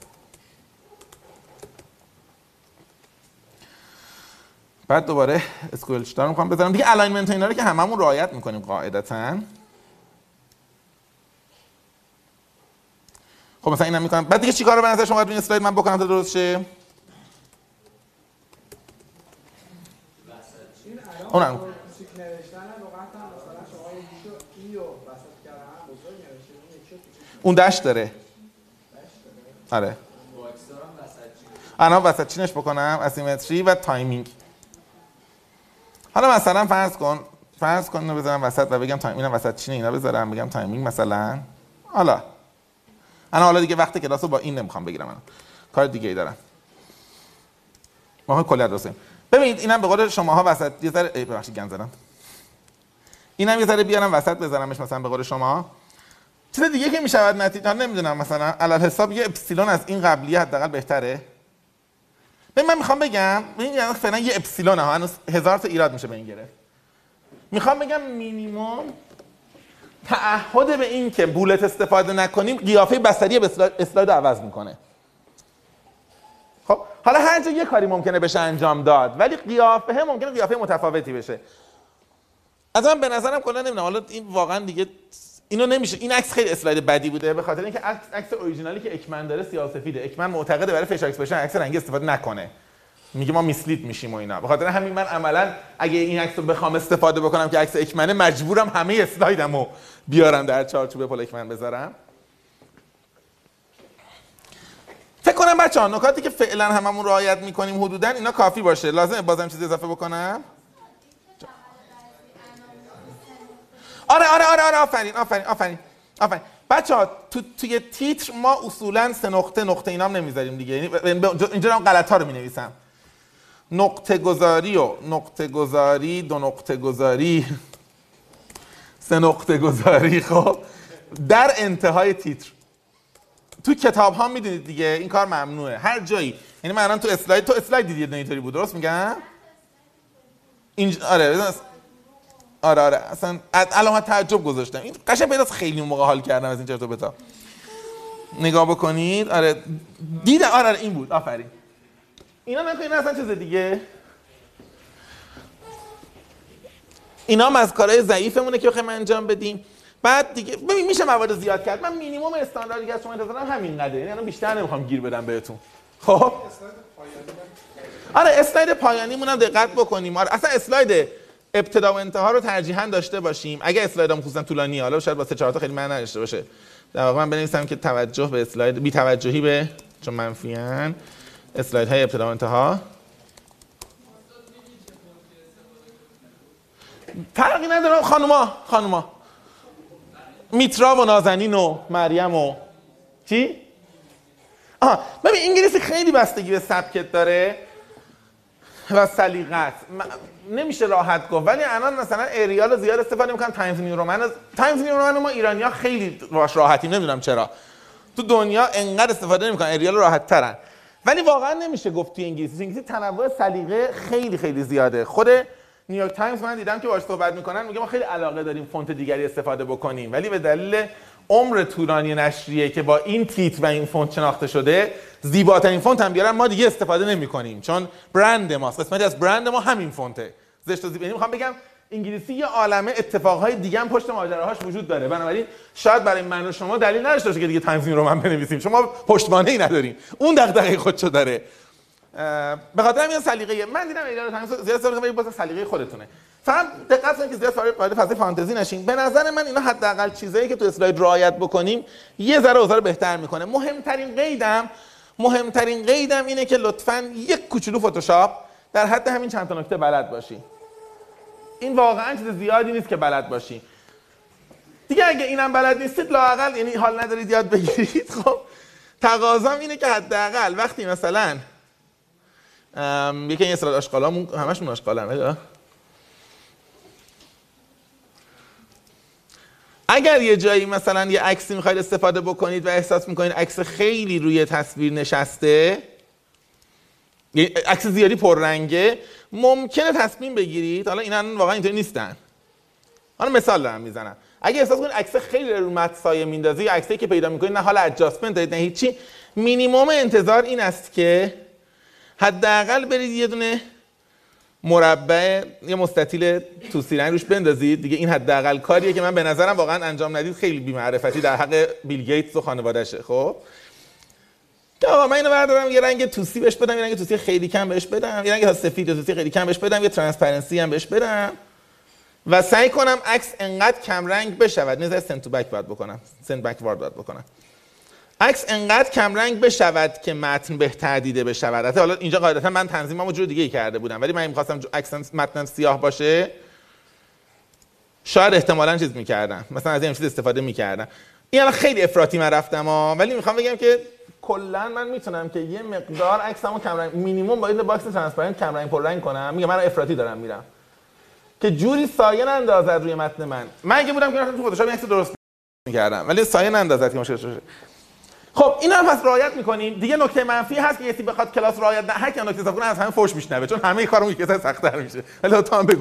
بعد دوباره اسکوئل شتار میخوام بذارم. دیگه الاینمنت اینا رو که هممون رعایت میکنیم قاعدتاً. خب مثلا اینم میکنم. بعد دیگه چیکارو به نظر شما روی اسلاید من بکنم تا درست شه؟ اونم نوشتن لغت هم مثلا شما ایو وسط کردن بزرگ نوشتین اون داش داره. آره. الان وسط چینش بکنم اسیمتری و تایمینگ. حالا مثلا فرض کن اینو بذارم وسط و بگم تایمینگ اینم وسط چینه اینا بذارم بگم تایمینگ مثلا. حالا دیگه وقت کلاسو با این نمیخوام بگیرم. کار دیگه ای دارم. ما کلا درستیم. ببینید اینم به قول شماها وسط یه ذره ببخشید گند زدم. اینم یه ذره بیارم وسط بذارمش مثلا به قول شما. چیز دیگه که میشود نتیجه نمیدونم مثلا علل حساب یه اپسیلون از این قبلی حداقل بهتره. من میخوام بگم ببین فعلا یه اپسیلون ها هنوز 1000 تا ایراد میشه به این گرفت. میخوام بگم مینیمم تعهد به این که بولت استفاده نکنیم قیافه بصری به اسلاید عوض میکنه. خب حالا هر جا یه کاری ممکنه بشه انجام داد ولی قیافه ممکنه قیافه متفاوتی بشه. از من به نظرم کلا نمیدونم حالا این واقعا دیگه اینو نمیشه. این عکس خیلی اسلاید بدی بوده به خاطر اینکه عکس اوریجینالی که اکمن داره سیاه‌سفیده. اکمن معتقده برای فیشل اکسپرشن عکس رنگی استفاده نکنه. میگه ما میسلید میشیم و اینا. به خاطر همین من عملا اگه این عکس رو بخوام استفاده بکنم که عکس اکمنه مجبورم همه اسلایدمو بیارم در چارچوب پل اکمن بذارم. فکر کنم بچه‌ها نکاتی که فعلا هممون رعایت میکنیم حدوداً اینا کافی باشه. لازمه بازم چیزی اضافه بکنم؟ آره آفرین. بچه‌ها توی تیتر ما اصولاً 3 نقطه اینام نمیذاریم دیگه. یعنی اینجا هم غلط‌ها رو می‌نویسم. نقطه گذاری و نقطه گذاری، 2 نقطه گذاری، 3 نقطه گذاری خب در انتهای تیتر. تو کتاب ها میدونید دیگه این کار ممنوعه هر جایی. یعنی من الان تو اسلاید دیدید اینطوری بود درست میگم؟ آره اصلا علامت تعجب گذاشتم. این قشنگ پیداست خیلی اون موقع حال کردم از این چرت و پرتا. نگاه بکنید. آره دیدم. آره این بود. آفرین. اینا نکنید اصلا چیز دیگه. اینا هم از کارهای ضعیفمونه که بخوایم انجام بدیم. بعد دیگه ببین میشه موارد زیاد کرد. من مینیمم استانداردی که از شما انتظارم همین قدره. یعنی الان بیشتر نمیخوام گیر بدم بهتون. خب آره اسلاید پایانیمون هم دقت بکنیم. آره اصلا اسلاید ابتدا و انتها رو ترجیحاً داشته باشیم. اگه اسلایدام خصوصا طولانی حالا شاید با 3-4 تا خیلی معنی نداشته باشه. در واقع من بنویسم که توجه به اسلاید بی توجهی به چون منفیان اسلایدهای ابتدا و انتها فرقی نداره. خانوما میترا و نازنین و مریم و چی؟ ببین انگلیسی خیلی بستگی به سبکت داره و سلیقت. نمیشه راحت گفت ولی الان مثلا اریال زیاد استفاده میکنن. تایمز نیو رومن ما ایرانی‌ها خیلی باش راحتیم نمیدونم چرا. تو دنیا انقدر استفاده نمیکنن اریال راحت ترن. ولی واقعا نمیشه گفت توی انگلیسی تنوع سلیقه خیلی زیاده. خود نیویورک تایمز من دیدم که باهاش صحبت میکنن میگه ما خیلی علاقه داریم فونت دیگری استفاده بکنیم ولی به دلیل عمر طولانی نشریه که با این تیتر و این فونت شناخته شده زیباترین فونت هم بیارن ما دیگه استفاده نمی‌کنیم چون برند ماست. قسمتی از برند ما همین فونته. زشت و زیبا. یعنی میخوام بگم انگلیسی یه عالمه اتفاقهای دیگه هم پشت ماجراهاش وجود داره. بنابراین شاید برای من و شما دلیل نداشته باشه که دیگه تایمز نیو رومن بنویسیم. شما پشتوانه‌ای نداریم. اون دغدغه خودشو داره. به خاطر همین سلیقه من دیدم ایران تایمز زیاد استفاده می‌کنه واسه سلیقه خودتونه. فقط دقت کنید که زیاد وارد فضای فانتزی نشین. به نظر من اینا حداقل چیزایی که تو اسلاید رعایت بکنیم یه ذره اوضاع رو بهتر میکنه. مهمترین قیدم اینه که لطفاً یک کوچولو فتوشاپ در حد همین چند تا نکته بلد باشی. این واقعاً چیز زیادی نیست که بلد باشی. دیگه اگه اینم بلد نیستید لااقل یعنی حال ندارید یاد بگیرید. خب تقاضام اینه که حداقل وقتی مثلا یکی این اسلاید آشغالامون همشون آشغالن اگر یه جایی مثلا یه عکسی میخواید استفاده بکنید و احساس میکنید عکس خیلی روی تصویر نشسته عکس زیادی پررنگه ممکنه تصمیم بگیرید. حالا اینا واقعا اینطوری نیستن. حالا مثال دارم میزنم. اگه احساس کنید عکس خیلی رو متن سایه میندازه یا عکسی که پیدا میکنید نه حالا ادجاستمنت دارید نه هیچی مینیمم انتظار این است که حداقل برید یه دونه مربع یه مستطیل توسی رنگ روش بندازید. دیگه این حداقل کاریه که من به نظرم واقعا انجام ندید. خیلی بی‌معرفتی در حق بیل گیتس و خانواده‌شه. خب آقا من اینو بردارم یه رنگ توسی بهش بدم، یه رنگ توسی خیلی کم بهش بدم، یه رنگ سفید توسی خیلی کم بهش بدم، یه ترانسپرنسی هم بهش بدم و سعی کنم عکس انقدر کم رنگ بشود. نظر سنت تو بک باید بکنم، سنت بک وارد باید بکنم. عکس انقدر کم رنگ بشود که متن بهتر دیده بشود. البته حالا اینجا قاعدتا من تنظیممو جور دیگه کرده بودم ولی من می‌خواستم عکس متن سیاه باشه شاید احتمالاً چیز می‌کردم، مثلا از این چیز استفاده می‌کردم. این الان خیلی افراطی من رفتم ولی می‌خوام بگم که کلا من میتونم که یه مقدار عکسمو کم رنگ مینیمم با این باکس ترانسپرنت کم رنگ پر رنگ کنم. میگم من افراطی دارم میرم که جوری سایه نندازد روی متن من. من اگه بودم که تو فتوشاپ عکس درست می‌کردم ولی سایه نندازد که مشکل باشه. خب اینا هم پس رعایت میکنیم. دیگه نکته منفی هست که کسی بخواد کلاس رعایت نه، هر کی نکته اضافه کنه از همه فوش میشنوه، چون همه کارمون یک کلاس سخت‌تر میشه. ولی تو هم بگو.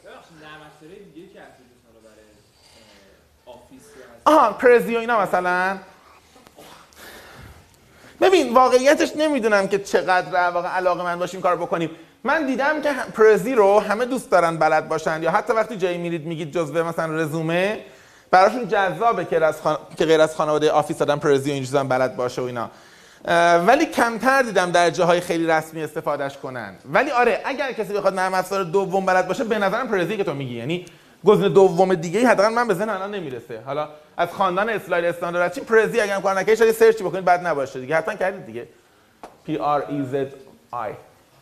آها پرزی و اینا مثلا. ببین واقعیتش نمیدونم که چقدر واقعا علاقه من باشیم کار بکنیم. من دیدم که پرزی رو همه دوست دارن بلد باشن، یا حتی وقتی جایی میرید میگید جزوه مثلا رزومه براشون جذابه که غیر از خانواده آفیس آدم پرزی و این چیزا بلد باشه و اینا. ولی کمتر دیدم در جاهای خیلی رسمی استفادهش کنن. ولی آره اگر کسی بخواد نرم افزار دوم بلد باشه به نظرم پرزی که تو میگی، یعنی گزینه دوم دیگه ای حداقل من به ذهن الان نمیرسه. حالا از خاندان اسلاید استاندارد چی پرزی اگه کار نکنید شاید سرچ بکنید بد نباشه دیگه، حتما کردید دیگه. P R E Z I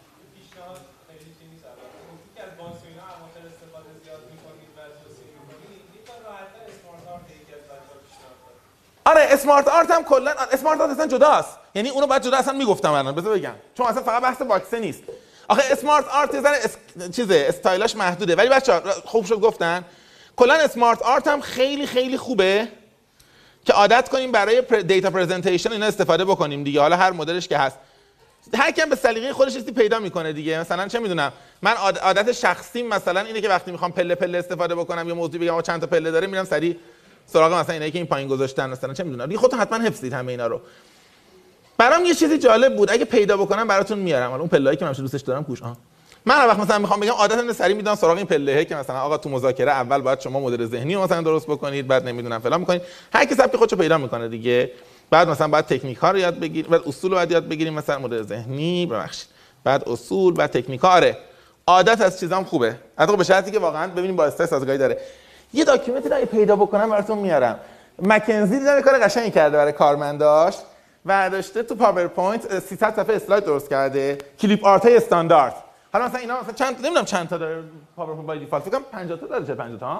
آره اسمارت آرت هم کلا اسمارت آرت اصلا جداست، یعنی اونو باید جدا اصلا میگفتم الان بذار بگم، چون اصلا فقط بحث واکسه نیست. آخه اسمارت آرت یه ذره چیزه استایلش محدوده، ولی بچه‌ها خوب شد گفتن کلا اسمارت آرت هم خیلی خیلی خوبه که عادت کنیم برای دیتا پرزنتیشن اینا استفاده بکنیم دیگه. حالا هر مدلش که هست هر کیم به سلیقه خودش چیزی پیدا میکنه دیگه. مثلا چه میدونم من عادت شخصیم مثلا اینه که وقتی میخوام پله پله استفاده بکنم یا موضوع بگم چند تا پله داره میرم سریع سراغ مثلا اینایی که این پایین گذاشتن مثلا چه میدونم دیگه. خودتون حتما حفظ دید همه اینا رو. برام یه چیزی جالب بود اگه پیدا بکنم براتون میارم. اون پله‌ای که من دوستش دارم کوش من هر وقت مثلا میخوام بگم عادتا سریع میدونم سراغ این پلهه که مثلا آقا تو مذاکره اول باید شما مدل ذهنی رو مثلا درست بکنید، بعد نمیدونم فلان میکنید، هر کی سبک خودشو پیدا میکنه دیگه. بعد مثلا باید تکنیک ها رو یاد بگیریم، بعد اصول رو باید یاد بگیریم، مثلا مدل ذهنی ببخشید، بعد اصول، بعد تکنیک ها. آره عادت از چیزام خوبه، حتی به شرطی که واقعا ببینیم با استرس سازگاری داره. یه داکیومنتی رو پیدا بکنم براتون میارم. مکنزی دیدم کار قشنگی کرده برای کارمنداش، برداشته تو پاورپوینت 300 صفحه اسلاید درست کرده، کلیپ آرت های استاندارد. حالا مثلا اینا مثلا چند نمیدونم چند تا داره پاورپوینت بای دیفالت، فکر کنم 50 تا داره، چه 50 تا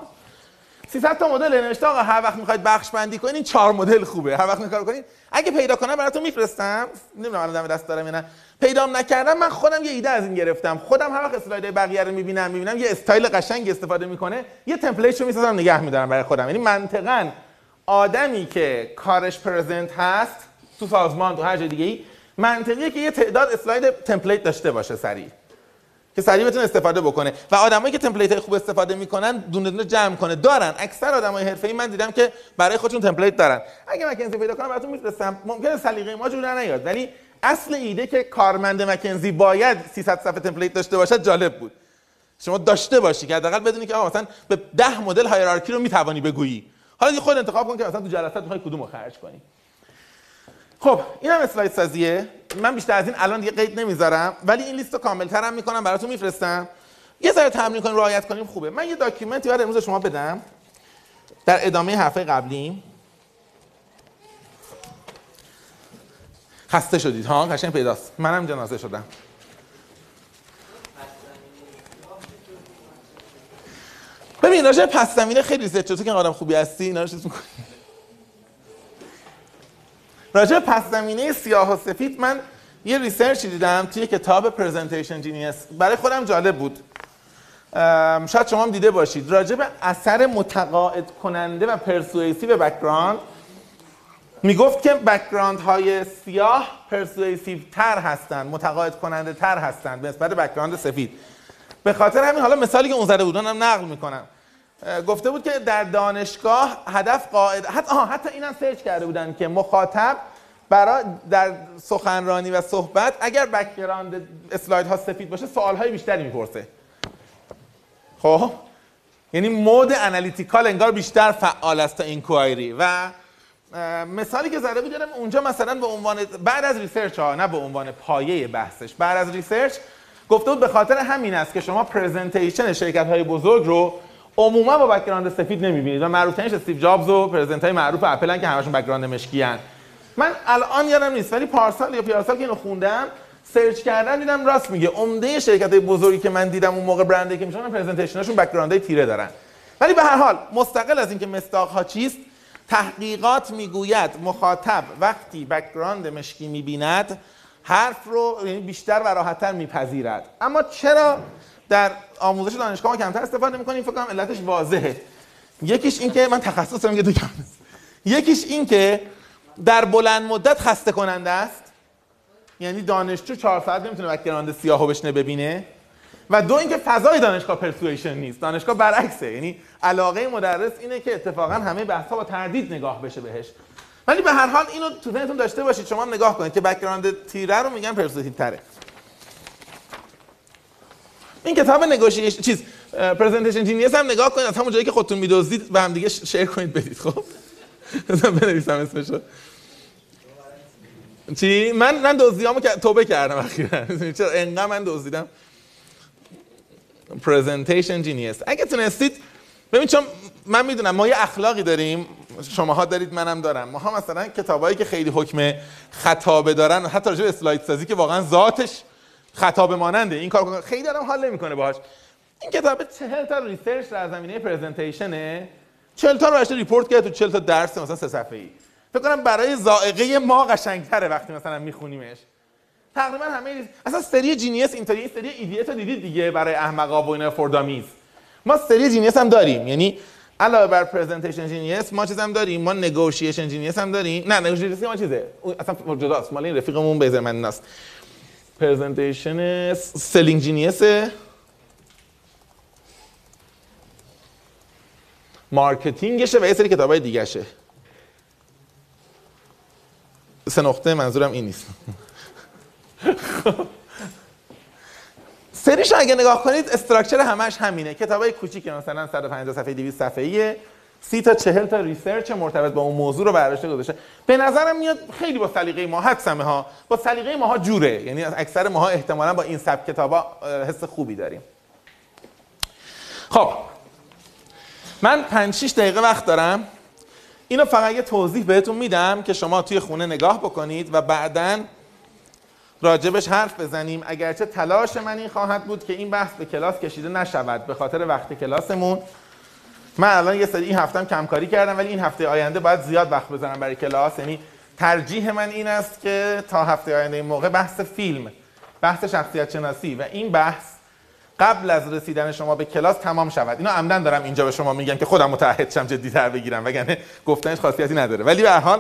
300 تا مدل نوشته. آقا هر وقت میخواید بخش بندی کنین این 4 مدل خوبه، هر وقت میخواید کار کنین. اگه پیدا کنم براتون میفرستم، نمیدونم الان دم دست دارم یا نه. پیدام نکردم من خودم یه ایده از این گرفتم. خودم هر وقت اسلایدهای بقیه رو میبینم یه استایل قشنگ استفاده میکنه، یه تمپلیت رو میسازم نگه میدارم برای خودم. یعنی منطقاً آدمی که کارش پرزنت هست تو سازمان تو هر جای دیگه‌ای منطقیه که یه تعداد اسلاید تمپلیت داشته باشه سریع، که سریع بتونه استفاده بکنه. و آدمایی که تمپلیت خوب استفاده میکنن دونه دونه جمع کنه دارن. اکثر آدمای حرفه‌ای من دیدم که برای خودشون تمپلیت دارن. اگه مکنزی پیدا کنم براتون میفرستم. ممکنه سلیقه ما جور نیاد، ولی اصل ایده که کارمند مکنزی باید 300 صفحه تمپلیت داشته باشه جالب بود. شما داشته باشی که حداقل بدونی که آقا مثلا به 10 مدل هایرارکی رو میتوانی بگویی. حالا دیگه خود انتخاب کن که مثلا تو جلسات میخوای کدومو خرج کنی. خب اینم اسلاید سازیه. من بیشتر از این الان دیگه قید نمیذارم، ولی این لیست رو کامل‌ترم میکنم براتون میفرستم. یه ذره تمرین کنیم رعایت کنیم خوبه. من یه داکیومنتی برای امروز شما بدم در ادامه حرفای قبلی. خسته شدید ها؟ قشنگ پیداست. منم جنازه شدم. ببین راجع به پس زمینه خیلی ریسرچ شده که آدم خوبی هستی اینا رو چیز می‌کنی. راجع به پس زمینه سیاه و سفید من یه ریسرچی دیدم توی کتاب پرزنتیشن جینیس، برای خودم جالب بود. شاید شما هم دیده باشید. راجع به اثر متقاعد کننده و پرسوئیسیو بک‌گراند میگفت که بک‌گراند های سیاه پرسوئیسیو تر هستن، متقاعد کننده تر هستن به نسبت بک‌گراند سفید. به خاطر همین حالا مثالی که اون زده بودن هم نقل میکنم. گفته بود که در دانشگاه هدف قاعد حتی اینم سرچ کرده بودن که مخاطب برای در سخنرانی و صحبت اگر بک‌گراند اسلاید ها سفید باشه سوالهای بیشتری میپرسه. خب یعنی مود انالیتیکال انگار بیشتر فعال است تا اینکوایری. و مثالی که زده بودم اونجا مثلا به عنوان بعد از ریسرچ ها، نه به عنوان پایه بحثش، بعد از ریسرچ گفته بود به خاطر همین است که شما پرزنتیشن شرکت های بزرگ رو عموما با بک‌گراند سفید نمی‌بینید و معروف‌ترینش استیو جابز و پرزنت‌های معروف اپل ان که همشون بک‌گراند مشکی ان. من الان یادم نیست ولی پارسال یا پیارسال که اینو خوندم سرچ کردم دیدم راست میگه. عمده شرکت‌های بزرگی که من دیدم اون موقع برندی که میشن پرزنتیشناشون بک‌گراندای تیره دارن. ولی به هر حال مستقل از اینکه مصداق‌ها چیست، تحقیقات میگوید مخاطب وقتی بک‌گراند مشکی می‌بیند حرف رو بیشتر و راحت‌تر میپذیرد. اما چرا در آموزش دانشگاه ما کمتر استفاده می‌کنیم؟ فکر کنم علتش واضحه. یکیش این که من تخصصم یه دو کم نیست. یکیش این که در بلند مدت خسته کننده است، یعنی دانشجو 4 ساعت نمیتونه بک‌گراند سیاهو بشنه ببینه. و دو اینکه فضای دانشگاه پرسویشن نیست، دانشگاه برعکسه، یعنی علاقه مدرس اینه که اتفاقا همه بحث‌ها با تردید نگاه بشه بهش. ولی به هر حال اینو تو ذهنتون داشته باشید، شما نگاه کنید که بک‌گراند تیره رو میگن پرسویتیو تره. این کتاب نگوشیشن پرزنتیشن جینیس هم نگاه کنید، از همون جایی که خودتون می‌دزدید به هم دیگه شیر کنید بدید. خب مثلا بنویسم اسمشو. چی؟ من دزدیامو توبه کردم اخیراً. چرا انقدر من دزدیدم؟ پرزنتیشن جینیس. اگه تونستید ببین، چون من میدونم ما یه اخلاقی داریم، شماها دارید منم دارم. ما ها مثلا کتابایی که خیلی حکم خطابه دارن، حتی راجع به اسلاید سازی که واقعا ذاتش خطابه ماننده، این کار خیلی آدم حال نمیکنه باهاش. این کتاب 40 تا ریسرچ در زمینه پرزنتیشنه، 40 تا رو اصلا ریپورت کرده تو 40 تا درس مثلا 3 صفحه‌ای. فکر کنم برای ذائقه ما قشنگ‌تره وقتی مثلا میخونیمش. تقریبا همه اصلا سری جینیس اینطوری، سری ایدیت رو دیدید دیگه برای احمقا و اینا فوردامیز. ما سری جینیس هم داریم، یعنی علاوه بر پرزنتیشن جینیس ما چیز هم داریم، ما نگوشیشن جینیس هم داریم. نه نگوشیشن ما چیزه اصلا جداست، مال این رفیقمون بیزرمن است. پرزنتیشن سلینگ جینیس، مارکتینگشه و یه سری کتابای دیگه شه. 3 نقطه منظورم این نیست. سریش اگه نگاه کنید استراکچر همش همینه، کتابای کوچیک مثلا 150 صفحه 200 صفحه‌ایه، 30 تا 40 تا ریسرچ مرتبط با اون موضوع رو برداشته گذاشته. به نظرم میاد خیلی با سلیقه ما حدسمه ها، با سلیقه ماها جوره، یعنی اکثر ماها احتمالاً با این سبک کتابا حس خوبی داریم. خب من 5-6 دقیقه وقت دارم، اینو فقط یه توضیح بهتون میدم که شما توی خونه نگاه بکنید و بعداً راجبش حرف بزنیم. اگرچه تلاش من این خواهد بود که این بحث به کلاس کشیده نشود به خاطر وقت کلاسمون. من الان یه سری این هفتم کمکاری کردم، ولی این هفته آینده باید زیاد وقت بذارم برای کلاس. یعنی ترجیح من این است که تا هفته آینده این موقع بحث فیلم، بحث شخصیت شناسی و این بحث قبل از رسیدن شما به کلاس تمام شود. اینو عمدن دارم اینجا به شما میگم که خودم متعهد شم جدی‌تر بگیرم، وگرنه گفتنش خاصیتی نداره. ولی به هر حال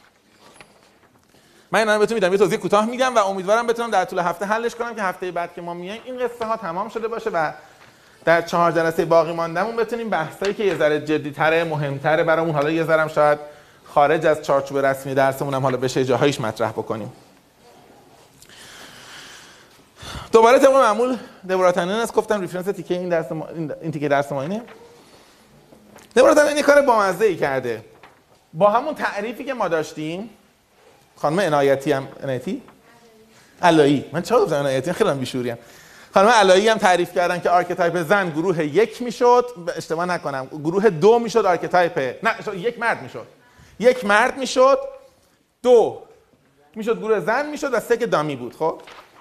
من اینا رو بهتون میدم، یه توضیح کوتاه میگم و امیدوارم بتونم در طول هفته حلش کنم که هفته بعد که ما میایم این قصه ها تمام شده باشه و در 4 جلسه باقی ماندهمون بتونیم بحثایی که یه ذره جدی‌تره، مهم‌تره برامون، حالا یه ذره شاید خارج از چارچوب رسمی درسمون هم حالا بشه جاهایش مطرح بکنیم. دوباره طبق معمول دبورا تنن گفتم ریفرنس تیکه این درس ما، این تیکه درس ما اینه. دبورا تنن این کار بامزه‌ای کرده. با همون تعریفی که ما داشتیم، خانم عنایتی هم علایی، من چرا گفتم عنایتی؟ خیلی هم بیشوریم. خانم علایی هم تعریف کردن که آرکتایپ زن گروه 1 میشد، اشتباه نکنم گروه 2 میشد، آرکتایپ نه 1 مرد میشد، 1 مرد میشد، 2 میشد گروه زن میشد و 3 که دامی بود. خب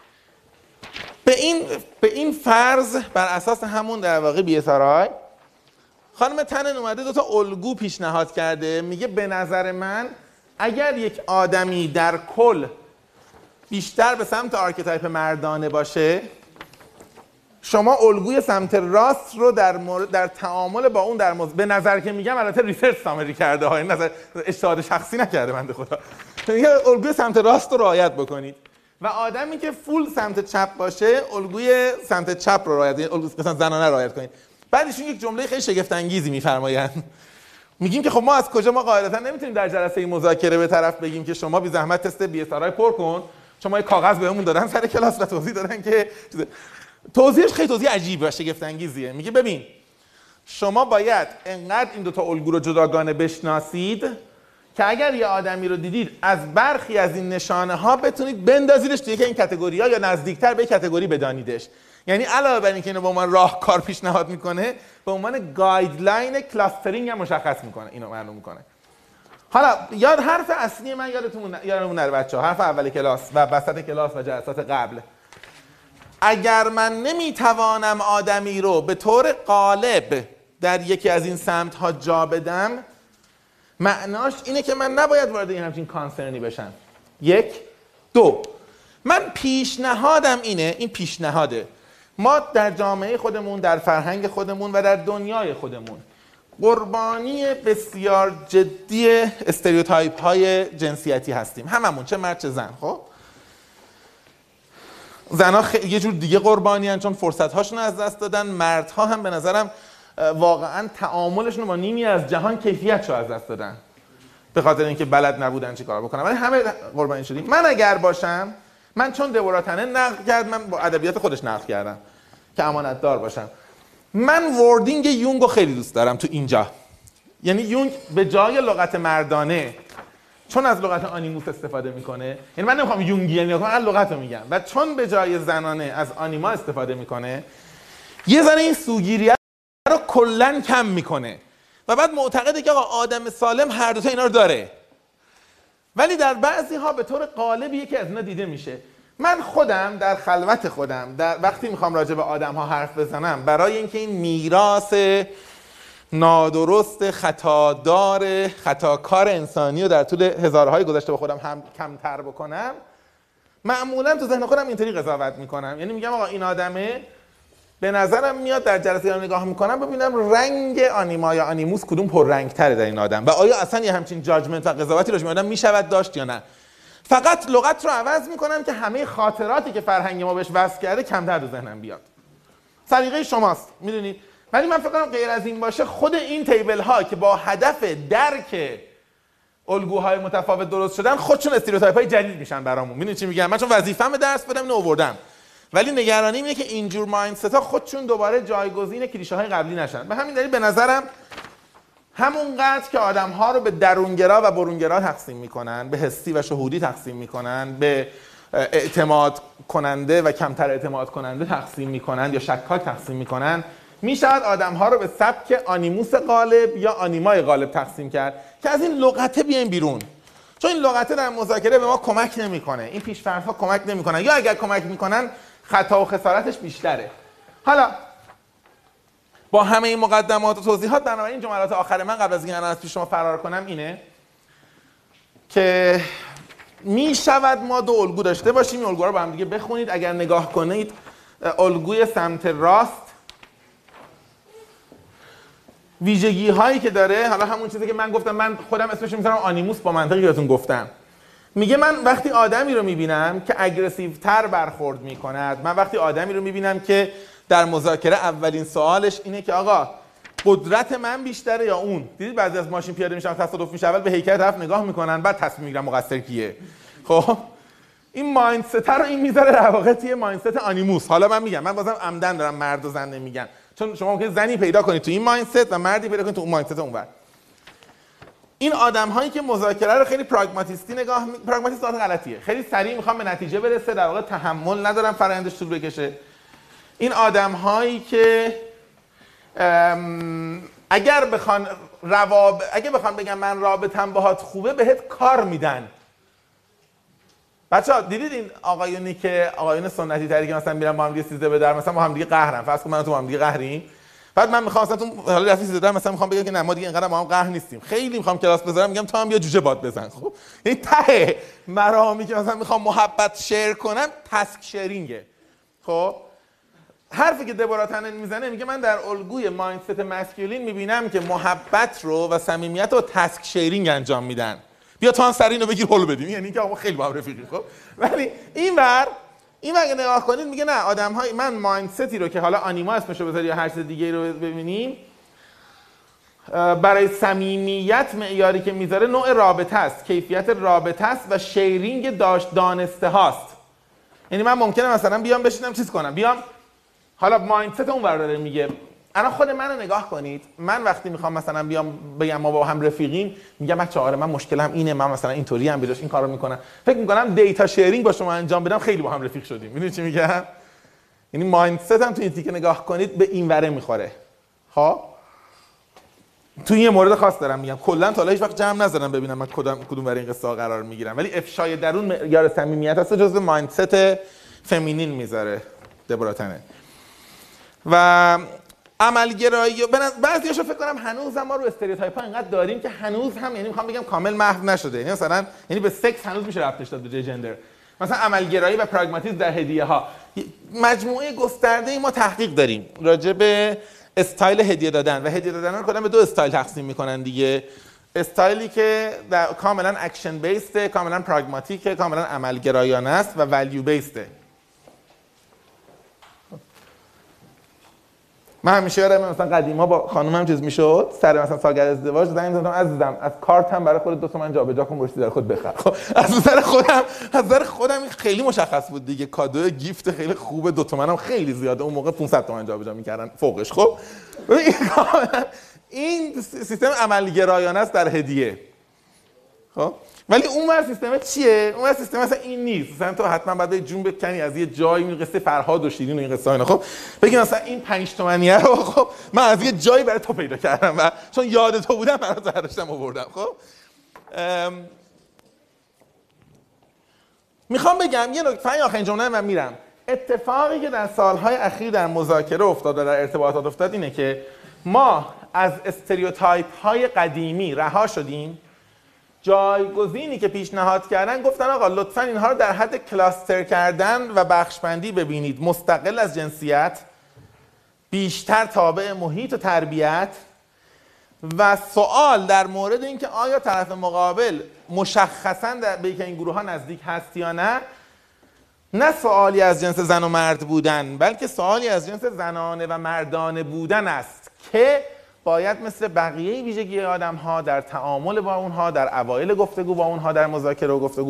به این فرض بر اساس همون در واقع BSRI خانم تنن اومده 2 تا الگو پیشنهاد کرده. میگه به نظر من اگر یک آدمی در کل بیشتر به سمت آرکتایپ مردانه باشه، شما الگوی سمت راست رو در تعامل با اون در به نظر که میگم، البته ریسرچ سامری کرده ها، این نظر اجتهاد شخصی نکرده بنده خدا، میگه الگوی سمت راست رو رعایت بکنید و آدمی که فول سمت چپ باشه الگوی سمت چپ رو رعایت، الگوی مثلا زنانه رعایت کنید. بعدشون یک جمله خیلی شگفت انگیزی میفرمایند. میگیم که خب ما از کجا ما قاعدتا نمیتونیم در جلسه مذاکره به طرف بگیم که شما بی زحمت تست BSRI پر کن، چون ما یه کاغذ بهمون دادن سر کلاس و توضیح دادن که توضیحش خیلی توضیح عجیبه و شگفت انگیزیه. میگه ببین شما باید انقدر این 2 تا الگو رو جداگانه بشناسید که اگر یه آدمی رو دیدید از برخی از این نشانه ها بتونید بندازیدش توی این کاتگوری ها یا نزدیکتر به کاتگوری بدانیدش. یعنی علاوه بر اینکه اینو به عنوان راهکار پیشنهاد میکنه، به عنوان گایدلاین کلاسترینگ هم مشخص میکنه، اینو معلوم میکنه. حالا یاد حرف اصلی من یادمون نره بچه‌ها، حرف اول کلاس و وسط کلاس و جلسات قبل. اگر من نمیتوانم آدمی رو به طور غالب در یکی از این سمت ها جا بدم، معناش اینه که من نباید وارد این همچین کانسرنی بشم. 1 2 من پیشنهادم اینه، این پیشنهاده، ما در جامعه خودمون، در فرهنگ خودمون و در دنیای خودمون قربانی بسیار جدی استریوتایپ های جنسیتی هستیم، هممون، چه مرد چه زن. خب زنها یه جور دیگه قربانی هستن چون فرصت هاشون از دست دادن. مردها هم به نظرم واقعا تعاملشون با نیمی از جهان کیفیتشو از دست دادن به خاطر اینکه بلد نبودن چی کار بکنن. ولی همه قربانی شدیم. من اگر باشم، من چون دبورا تنر نقل کرد، من با ادبیات خودش نقل کردم که امانت دار باشم. من وردینگ یونگو خیلی دوست دارم تو اینجا. یعنی یونگ به جای لغت مردانه، چون از لغت آنیموس استفاده میکنه، یعنی من نمیخوام یونگیانی کنم، من لغت رو میگم، و چون به جای زنانه از آنیما استفاده میکنه، یه ذره این سوگیریت رو کلاً کم میکنه و بعد معتقده که آقا آدم سالم هر دو تا اینا رو داره. ولی در بعضی ها به طور غالب یکی از اینا دیده میشه. من خودم در خلوت خودم وقتی میخوام راجع به آدم ها حرف بزنم، برای اینکه این میراث نادرست خطادار خطاکار انسانی رو در طول هزارهای گذشته با خودم هم کمتر بکنم، معمولا تو ذهن خودم اینطوری قضاوت میکنم. یعنی میگم آقا این آدمه به نظرم میاد، در جلسه نگاه میکنم ببینم رنگ آنیما یا آنیموس کدوم پررنگ تره در این آدم و آیا اصلا یه همچین جاجمنت و قضاوتی راجع به آدم میشود داشت یا نه. فقط لغت رو عوض میکنم که همه خاطراتی که فرهنگ ما بهش وصل کرده کمتر تو ذهنم بیاد. سلیقه شماست، میدونید. ولی من فکر کنم غیر از این باشه، خود این تیبل ها که با هدف درک الگوهای متفاوت درست شدن، خودشون استریوتایپ های جدید میشن برامون. میدونید چی میگم؟ من چون وظیفه‌مه درس بدم اینو آوردم، ولی نگرانیم اینه که اینجور مایندست ها خودشون دوباره جایگزین کلیشه های قبلی نشن. به همین دلیل به نظرم همونقدر که آدم ها رو به درونگرا و برونگرا تقسیم میکنن، به حسی و شهودی تقسیم میکنن، به اعتماد کننده و کمتر اعتماد کننده تقسیم میکنن یا شکاک تقسیم میکنن، میشود آدم ها رو به سبک آنیموس غالب یا آنیمای غالب تقسیم کرد که از این لغته بیایم بیرون. چون این لغته در مذاکره به ما کمک نمیکنه، این پیش‌فرض ها کمک نمیکنن، یا اگر کمک میکنن خطا و خسارتش بیشتره. حالا با همه این مقدمات و توضیحات، بنابراین جملات آخر من قبل از اینکه از پیش شما فرار کنم اینه که میشود ما دو الگو داشته باشیم. این الگوها رو با هم دیگه بخونید. اگر نگاه کنید، الگوی سمت راست ویژگی هایی که داره، حالا همون چیزی که من گفتم، من خودم اسمش میذارم آنیموس با منطقی که بهتون گفتم. میگه من وقتی آدمی رو میبینم که اگریسیو تر برخورد میکند، من وقتی آدمی رو میبینم که در مذاکره اولین سوالش اینه که آقا قدرت من بیشتره یا اون. دیدید بعضی از ماشین پیاده میشن، تصادف میشه، اول به هیکل طرف نگاه میکنن بعد تصمیم میگیرن مقصر کیه. خب این مایندست رو این میذاره در واقع توی مایندست آنیموس. حالا من میگم، من بازم عمدن دارم مرد و زن نمیگم، چون شما ممکنه زنی پیدا کنید تو این مایندست و مردی پیدا کنید تو اون مایندست اونور. این آدم هایی که مذاکره رو خیلی پراگماتیستی پراگماتیست ذات غلطیه، خیلی سریع میخوام به نتیجه برسه، در واقع تحمل ندارم فرآیندش طول بکشه. این آدم هایی که اگر بخوان بگم من رابطم باهات خوبه، بهت کار میدن. بچه‌ها دیدید این آقایونی که آقایون سنتی تری که مثلا میرن با هم دیگه سیزده به در، مثلا با هم دیگه قهرن، فرض کن من و تو با هم دیگه قهریم، بعد من میخوام مثلا تو حالا رفیق سیزده مثلا میخوام بگم که نه ما دیگه اینقدر با هم قهر نیستیم، خیلی میخوام کلاس بذارم، میگم تو هم بیا جوجه باد بزن. خب این ته مرامی که مثلا میخوام محبت شیر کنم، تاسک شیرینگه. خب حرفی که دبورا تنر میزنه، میگه من در الگوی مایندست ماسکولین میبینم که محبت رو و صمیمیت رو تاسک شیرینگ انجام میدن. بیا تو هم سر اینو بگیر هول بدیم، یعنی که آقا خیلی با هم رفیقی. خب ولی اینور نگاه کنید، میگه نه آدم‌های من مایندستی رو که حالا آنیما اسمشو بذاری یا هر چیز دیگه رو ببینیم، برای صمیمیت معیاری که میذاره نوع رابطه است، کیفیت رابطه است و شیرینگ دانسته هاست. یعنی من ممکنه مثلا بیام بشینم چیز کنم، بیام حالا مایندست اون ور داره میگه. الان خود منو نگاه کنید، من وقتی میخوام مثلا بیام بگم ما با هم رفیقیم، میگم بچه‌ها آره من مشکلم اینه، من مثلا اینطوری ام بیروش این کارو میکنم، فکر میکنم دیتا شیرینگ با شما انجام بدم خیلی با هم رفیق شدیم. میدونید چی میگم؟ یعنی مایندست هم تو این تیکه نگاه کنید به این وره میخوره. خب تو این مورد خاص دارم میگم، کلا تا هیچ وقت جمع نذارم ببینم من کدوم وره این قصه ها قرار میگیرم، ولی افشای درون معیار صمیمیت هست، جزء مایندست فمینین میذاره دبورا تنر. و عملگرایی بعضیاشو فکر کنم هنوز هم ما رو استریوتایپ ها اینقدر داریم که هنوز هم، یعنی میخوام بگم کامل محو نشده، یعنی مثلا به سکس هنوز میشه ربطش داد به جای جندر. مثلا عملگرایی و پراگماتیسم در هدیه ها، مجموعه گسترده ای ما تحقیق داریم راجع به استایل هدیه دادن و هدیه دادن رو کلا به 2 استایل تقسیم میکنن دیگه. استایلی که کاملا اکشن بیسته، کاملا پراگماتیکه، کاملا عملگرایانه است و ولیو بیسته. من همیشه یادم مثلا قدیما با خانومم چیز میشد، سر مثلا سالگرد ازدواج زنگ می‌زدم عزیزم از کارتم برای خودت 2 تومن جابجا کن برسی در خود بخر. خب از نظر خودم این خیلی مشخص بود دیگه، کادو گیفت خیلی خوبه، 2 تومنم خیلی زیاده، اون موقع 500 تومن جابجا می‌کردن فوقش. خب این سیستم عملگرایانه است در هدیه. خب ولی اون ور سیستم چیه؟ اون ور سیستم مثلا این نیست. مثلا تو حتما باید جون بکنی از یه جایی، این قصه فرهاد و شیرین و این قصه اینا. خب بگی مثلا این 5 تومنیه رو خب من از یه جایی برای تو پیدا کردم و چون یاد تو بودم برات برداشتم آوردم. خب میخوام بگم یه نکته این آخرین جمله من میرم. اتفاقی که در سالهای اخیر در مذاکره افتاد و در ارتباطات افتاد اینه که ما از استریوتایپ های قدیمی رها شدیم. جایگزینی که پیشنهاد کردن گفتن آقا لطفاً اینها رو در حد کلاستر کردن و بخشبندی ببینید، مستقل از جنسیت، بیشتر تابع محیط و تربیت، و سوال در مورد اینکه آیا طرف مقابل مشخصاً به یک این گروه ها نزدیک هست یا نه، نه سوالی از جنس زن و مرد بودن بلکه سوالی از جنس زنانه و مردانه بودن است که باید مثل بقیه ویژگی آدم‌ها در تعامل با اونها، در اوایل گفتگو با اونها، در مذاکره و گفتگو